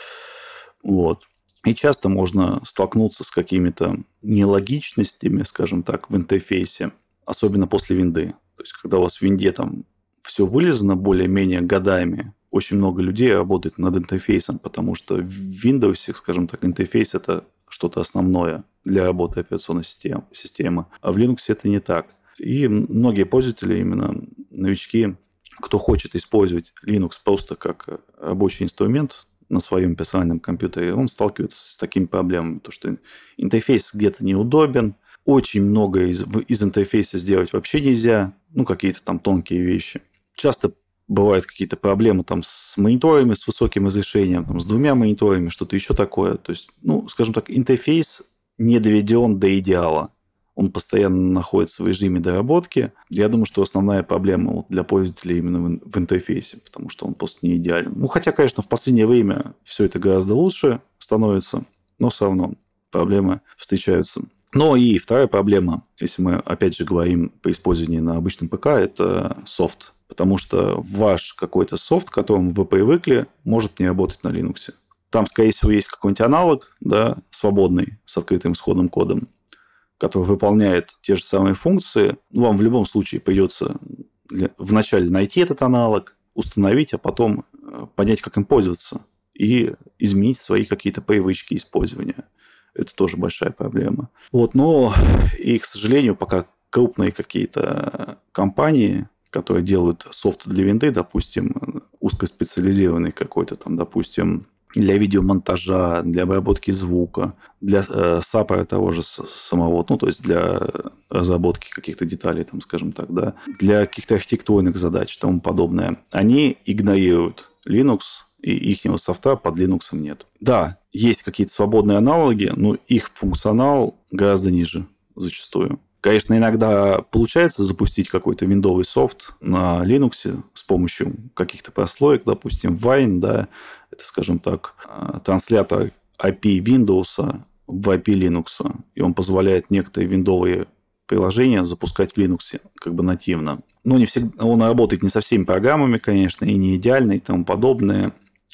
Вот. И часто можно столкнуться с какими-то нелогичностями, скажем так, в интерфейсе, особенно после винды. То есть, когда у вас в винде там все вылезано более-менее годами, очень много людей работает над интерфейсом, потому что в Windows, скажем так, интерфейс – это что-то основное для работы операционной системы. А в Linux это не так. И многие пользователи, именно новички, кто хочет использовать Linux просто как рабочий инструмент на своем персональном компьютере, он сталкивается с такими проблемами, то что интерфейс где-то неудобен, очень многое из интерфейса сделать вообще нельзя, какие-то там тонкие вещи. Часто бывают какие-то проблемы там с мониторами, с высоким разрешением, там, с 2 мониторами, что-то еще такое. То есть, скажем так, интерфейс не доведен до идеала. Он постоянно находится в режиме доработки. Я думаю, что основная проблема для пользователей именно в интерфейсе, потому что он просто не идеален. Хотя, конечно, в последнее время все это гораздо лучше становится, но все равно проблемы встречаются. Но и вторая проблема, если мы опять же говорим по использованию на обычном ПК, это софт. Потому что ваш какой-то софт, к которому вы привыкли, может не работать на Linux. Там, скорее всего, есть какой-нибудь аналог, да, свободный, с открытым исходным кодом, который выполняет те же самые функции. Вам в любом случае придется вначале найти этот аналог, установить, а потом понять, как им пользоваться, и изменить свои какие-то привычки использования. Это тоже большая проблема. Но и, к сожалению, пока крупные какие-то компании, которые делают софт для винды, допустим, узкоспециализированный какой-то, там, допустим, для видеомонтажа, для обработки звука, для саппора того же самого, то есть для разработки каких-то деталей, там, скажем так, да, для каких-то архитектурных задач и тому подобное, они игнорируют Linux, и ихнего софта под Linux нет. Да, есть какие-то свободные аналоги, но их функционал гораздо ниже зачастую. Конечно, иногда получается запустить какой-то виндовый софт на Linux с помощью каких-то прослоек, допустим, Wine, да, это, скажем так, транслятор API Windows в API Linux, и он позволяет некоторые виндовые приложения запускать в Linux как бы нативно. Но не всегда, он работает не со всеми программами, конечно, и не идеально, и тому подобное.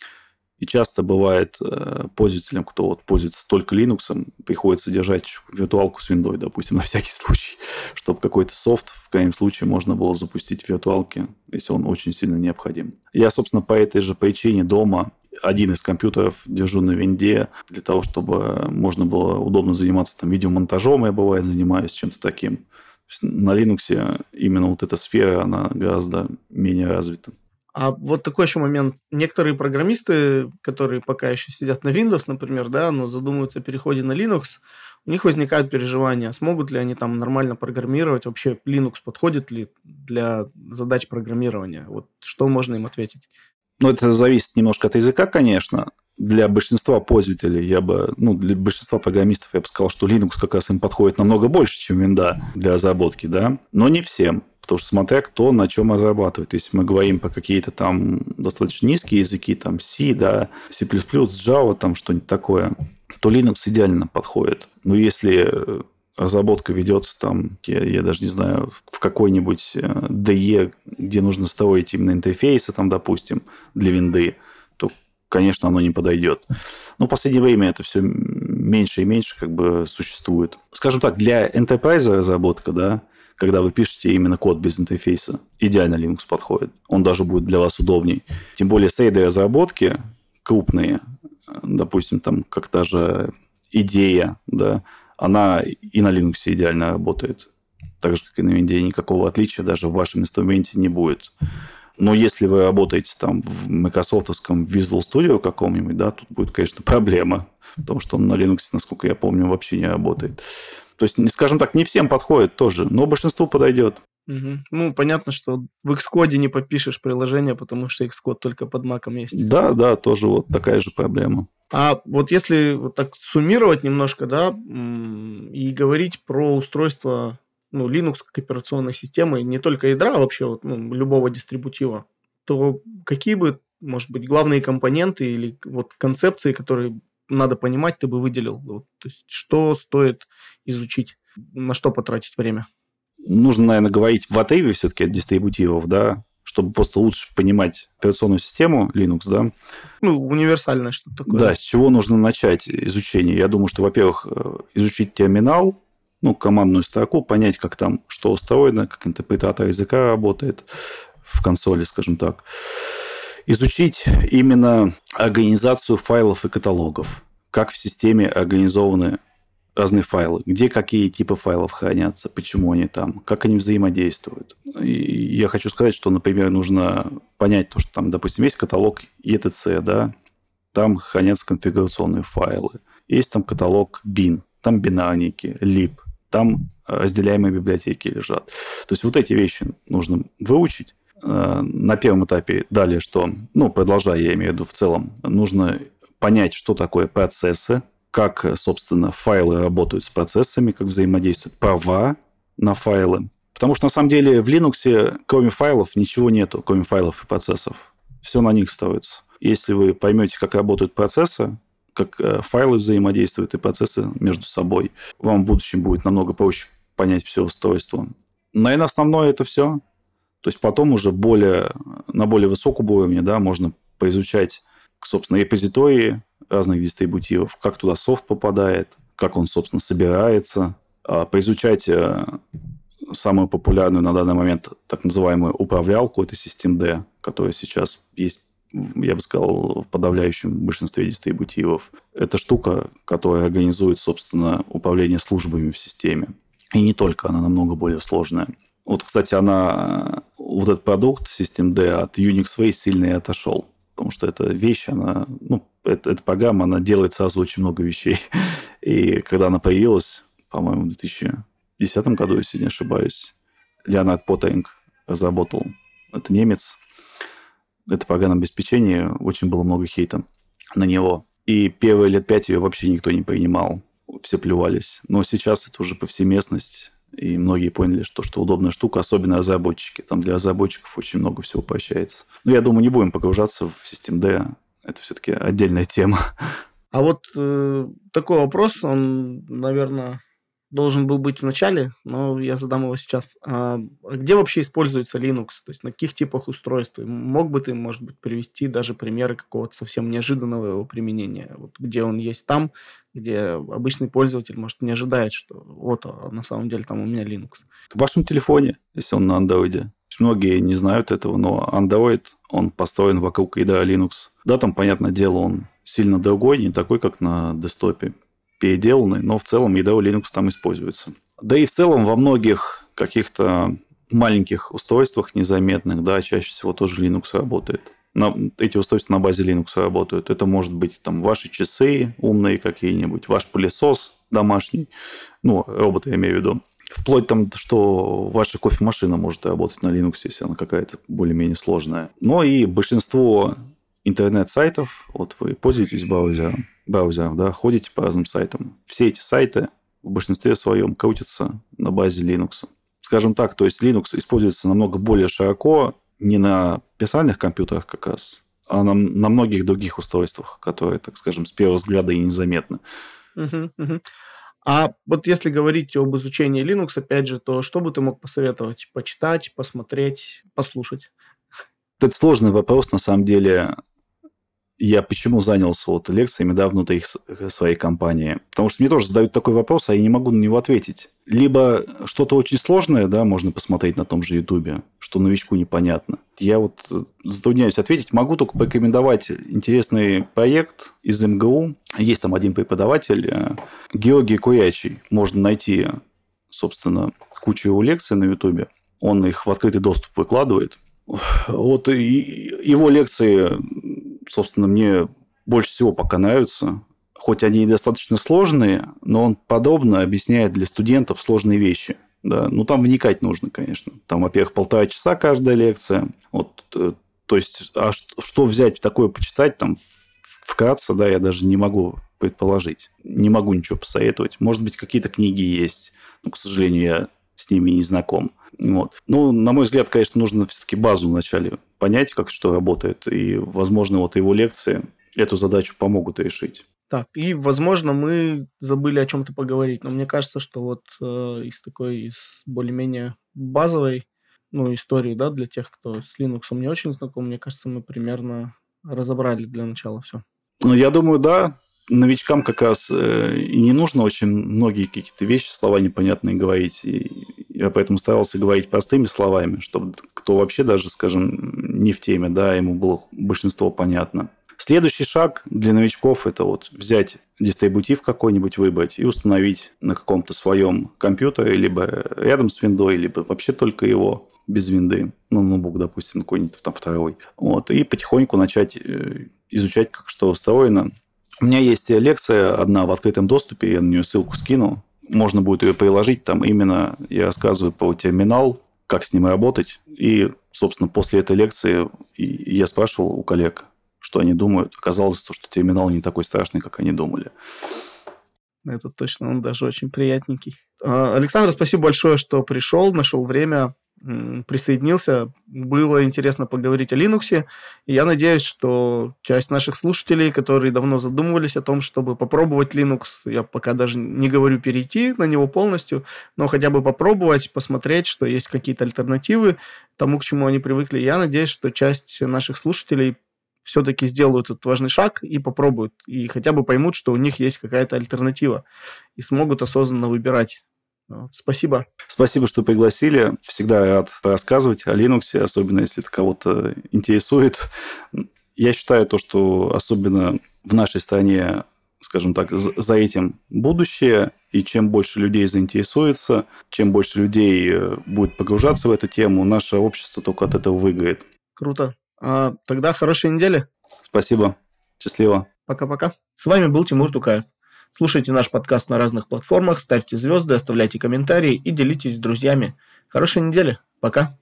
И часто бывает пользователям, кто пользуется только Linux, приходится держать виртуалку с виндой, допустим, на всякий случай, чтобы какой-то софт в крайнем случае можно было запустить в виртуалке, если он очень сильно необходим. Я, собственно, по этой же причине дома один из компьютеров держу на винде для того, чтобы можно было удобно заниматься там видеомонтажом, я бывает занимаюсь чем-то таким. На Linux именно эта сфера, она гораздо менее развита. А вот такой еще момент. Некоторые программисты, которые пока еще сидят на Windows, например, да, но задумываются о переходе на Linux, у них возникают переживания, смогут ли они там нормально программировать, вообще Linux подходит ли для задач программирования? Что можно им ответить? Это зависит немножко от языка, конечно. Для большинства пользователей для большинства программистов я бы сказал, что Linux как раз им подходит намного больше, чем Windows для разработки, да, но не всем. Потому что смотря кто на чем разрабатывает. Если мы говорим по какие-то там достаточно низкие языки, там C, да, C++, Java, там что-нибудь такое, то Linux идеально подходит. Но если разработка ведется там, я даже не знаю, в какой-нибудь DE, где нужно строить именно интерфейсы, там, допустим, для винды, то, конечно, оно не подойдет. Но в последнее время это все меньше и меньше как бы существует. Скажем так, для enterprise разработка, да, когда вы пишете именно код без интерфейса, идеально Linux подходит. Он даже будет для вас удобней. Тем более среды разработки крупные, допустим, там как даже идея, да, она и на Linux идеально работает. Так же, как и на винде, никакого отличия даже в вашем инструменте не будет. Но если вы работаете там в майкрософтовском Visual Studio каком-нибудь, да, тут будет, конечно, проблема, потому что он на Linux, насколько я помню, вообще не работает. То есть, скажем так, не всем подходит тоже, но большинству подойдет. Мгм. Ну, понятно, что в Xcode не попишешь приложение, потому что Xcode только под Mac'ом есть. Да, да, тоже вот такая же проблема. А вот если вот так суммировать немножко, да, и говорить про устройство, ну, Linux как операционной системы, не только ядра, а вообще вот, ну, любого дистрибутива, то какие бы, может быть, главные компоненты или вот концепции, которые надо понимать, ты бы выделил? Вот, то есть, что стоит изучить, на что потратить время? Нужно, наверное, говорить в отрыве все-таки от дистрибутивов, да, чтобы просто лучше понимать операционную систему Linux, да. Ну, универсальное что-то такое. Да, с чего нужно начать изучение? Я думаю, что, во-первых, изучить терминал, ну, командную строку, понять, как там что устроено, как интерпретатор языка работает в консоли, скажем так. Изучить именно организацию файлов и каталогов, как в системе организованы разные файлы, где какие типы файлов хранятся, почему они там, как они взаимодействуют. И я хочу сказать, что, например, нужно понять то, что там, допустим, есть каталог ETC, да, там хранятся конфигурационные файлы. Есть там каталог bin, там бинарники, lib, там разделяемые библиотеки лежат. То есть вот эти вещи нужно выучить. На первом этапе далее, что, ну, продолжая, я имею в виду в целом, нужно понять, что такое процессы, как, собственно, файлы работают с процессами, как взаимодействуют права на файлы. Потому что, на самом деле, в Linux, кроме файлов, ничего нету, кроме файлов и процессов. Все на них строится. Если вы поймете, как работают процессы, как файлы взаимодействуют и процессы между собой, вам в будущем будет намного проще понять все устройство. Наверное, основное это все. То есть потом уже на более высоком уровне, да, можно поизучать, собственно, репозитории разных дистрибутивов, как туда софт попадает, как он, собственно, собирается, поизучать самую популярную на данный момент так называемую управлялку, это Systemd, которая сейчас есть, я бы сказал, в подавляющем большинстве дистрибутивов. Это штука, которая организует, собственно, управление службами в системе. И не только, она намного более сложная. Вот, кстати, вот этот продукт Systemd от UnixWay сильно и отошел. Потому что эта вещь, эта программа, она делает сразу очень много вещей. И когда она появилась, по-моему, в 2010 году, если не ошибаюсь, Леонард Поттеринг разработал. Это немец. Это программное обеспечение. Очень было много хейта на него. И первые лет 5 ее вообще никто не принимал. Все плевались. Но сейчас это уже повсеместность. И многие поняли, что удобная штука, особенно разработчики. Там для разработчиков очень много всего поощряется. Но я думаю, не будем погружаться в Systemd. Это все-таки отдельная тема. А вот такой вопрос, он, наверное, должен был быть в начале, но я задам его сейчас. Где вообще используется Linux? То есть на каких типах устройств? Мог бы ты, может быть, привести даже примеры какого-то совсем неожиданного его применения? Вот где он есть там, где обычный пользователь, может, не ожидает, что вот, на самом деле там у меня Linux. В вашем телефоне, если он на Android. Многие не знают этого, но Android, он построен вокруг ядра Linux. Да, там, понятное дело, он сильно другой, не такой, как на десктопе, переделанный, но в целом ядро Linux там используется. Да и в целом во многих каких-то маленьких устройствах незаметных, да, чаще всего тоже Linux работает. Эти устройства на базе Linux работают. Это может быть там ваши часы умные какие-нибудь, ваш пылесос домашний, ну, роботы я имею в виду. Вплоть там, что ваша кофемашина может работать на Linux, если она какая-то более-менее сложная. Но и большинство интернет-сайтов, вот вы пользуетесь браузером, да, ходите по разным сайтам. Все эти сайты в большинстве своем крутятся на базе Linux. Скажем так, то есть Linux используется намного более широко не на персональных компьютерах как раз, а на многих других устройствах, которые, так скажем, с первого взгляда и незаметны. А вот если говорить об изучении Linux, опять же, то что бы ты мог посоветовать? Почитать, посмотреть, послушать? Это сложный вопрос, на самом деле. Я почему занялся вот лекциями, да, внутри своей компании? Потому что мне тоже задают такой вопрос, а я не могу на него ответить. Либо что-то очень сложное, да, можно посмотреть на том же Ютубе, что новичку непонятно. Я вот затрудняюсь ответить. Могу только порекомендовать интересный проект из МГУ. Есть там один преподаватель, Георгий Курячий. Можно найти, собственно, кучу его лекций на Ютубе. Он их в открытый доступ выкладывает. Вот его лекции, собственно, мне больше всего пока нравятся. Хоть они и достаточно сложные, но он подробно объясняет для студентов сложные вещи. Да. Ну, там вникать нужно, конечно. Там, во-первых, 1,5 часа каждая лекция. Вот, то есть, а что взять такое почитать, там, вкратце, да, я даже не могу предположить. Не могу ничего посоветовать. Может быть, какие-то книги есть, но, к сожалению, я с ними не знаком. Вот. Ну, на мой взгляд, конечно, нужно все-таки базу вначале понять, как что работает. И, возможно, вот его лекции эту задачу помогут решить. Так, и, возможно, мы забыли о чем-то поговорить, но мне кажется, что вот из более-менее базовой истории, да, для тех, кто с Linux не очень знаком, мне кажется, мы примерно разобрали для начала все. Ну, я думаю, да. Новичкам как раз и не нужно очень многие какие-то вещи, слова непонятные говорить. И я поэтому старался говорить простыми словами, чтобы кто вообще даже, скажем, не в теме, да, ему было большинство понятно. Следующий шаг для новичков – это вот взять дистрибутив какой-нибудь, выбрать и установить на каком-то своем компьютере, либо рядом с виндой, либо вообще только его без винды. Ну, ноутбук, допустим, какой-нибудь там второй. Вот, и потихоньку начать изучать, как что устроено. У меня есть лекция одна в открытом доступе, я на нее ссылку скину. Можно будет ее приложить. Там именно я рассказываю про терминал, как с ним работать. И, собственно, после этой лекции я спрашивал у коллег, что они думают. Оказалось, что терминал не такой страшный, как они думали. Это точно, он даже очень приятненький. Александр, спасибо большое, что пришел, нашел время, присоединился. Было интересно поговорить о Linux. И я надеюсь, что часть наших слушателей, которые давно задумывались о том, чтобы попробовать Linux, я пока даже не говорю перейти на него полностью, но хотя бы попробовать, посмотреть, что есть какие-то альтернативы тому, к чему они привыкли. Я надеюсь, что часть наших слушателей все-таки сделают этот важный шаг и попробуют, и хотя бы поймут, что у них есть какая-то альтернатива, и смогут осознанно выбирать. Спасибо. Спасибо, что пригласили. Всегда рад рассказывать о Linux, особенно если это кого-то интересует. Я считаю то, что особенно в нашей стране, скажем так, за этим будущее, и чем больше людей заинтересуется, чем больше людей будет погружаться в эту тему, наше общество только от этого выиграет. Круто. Тогда хорошей недели. Спасибо. Счастливо. Пока-пока. С вами был Тимур Тукаев. Слушайте наш подкаст на разных платформах, ставьте звезды, оставляйте комментарии и делитесь с друзьями. Хорошей недели. Пока.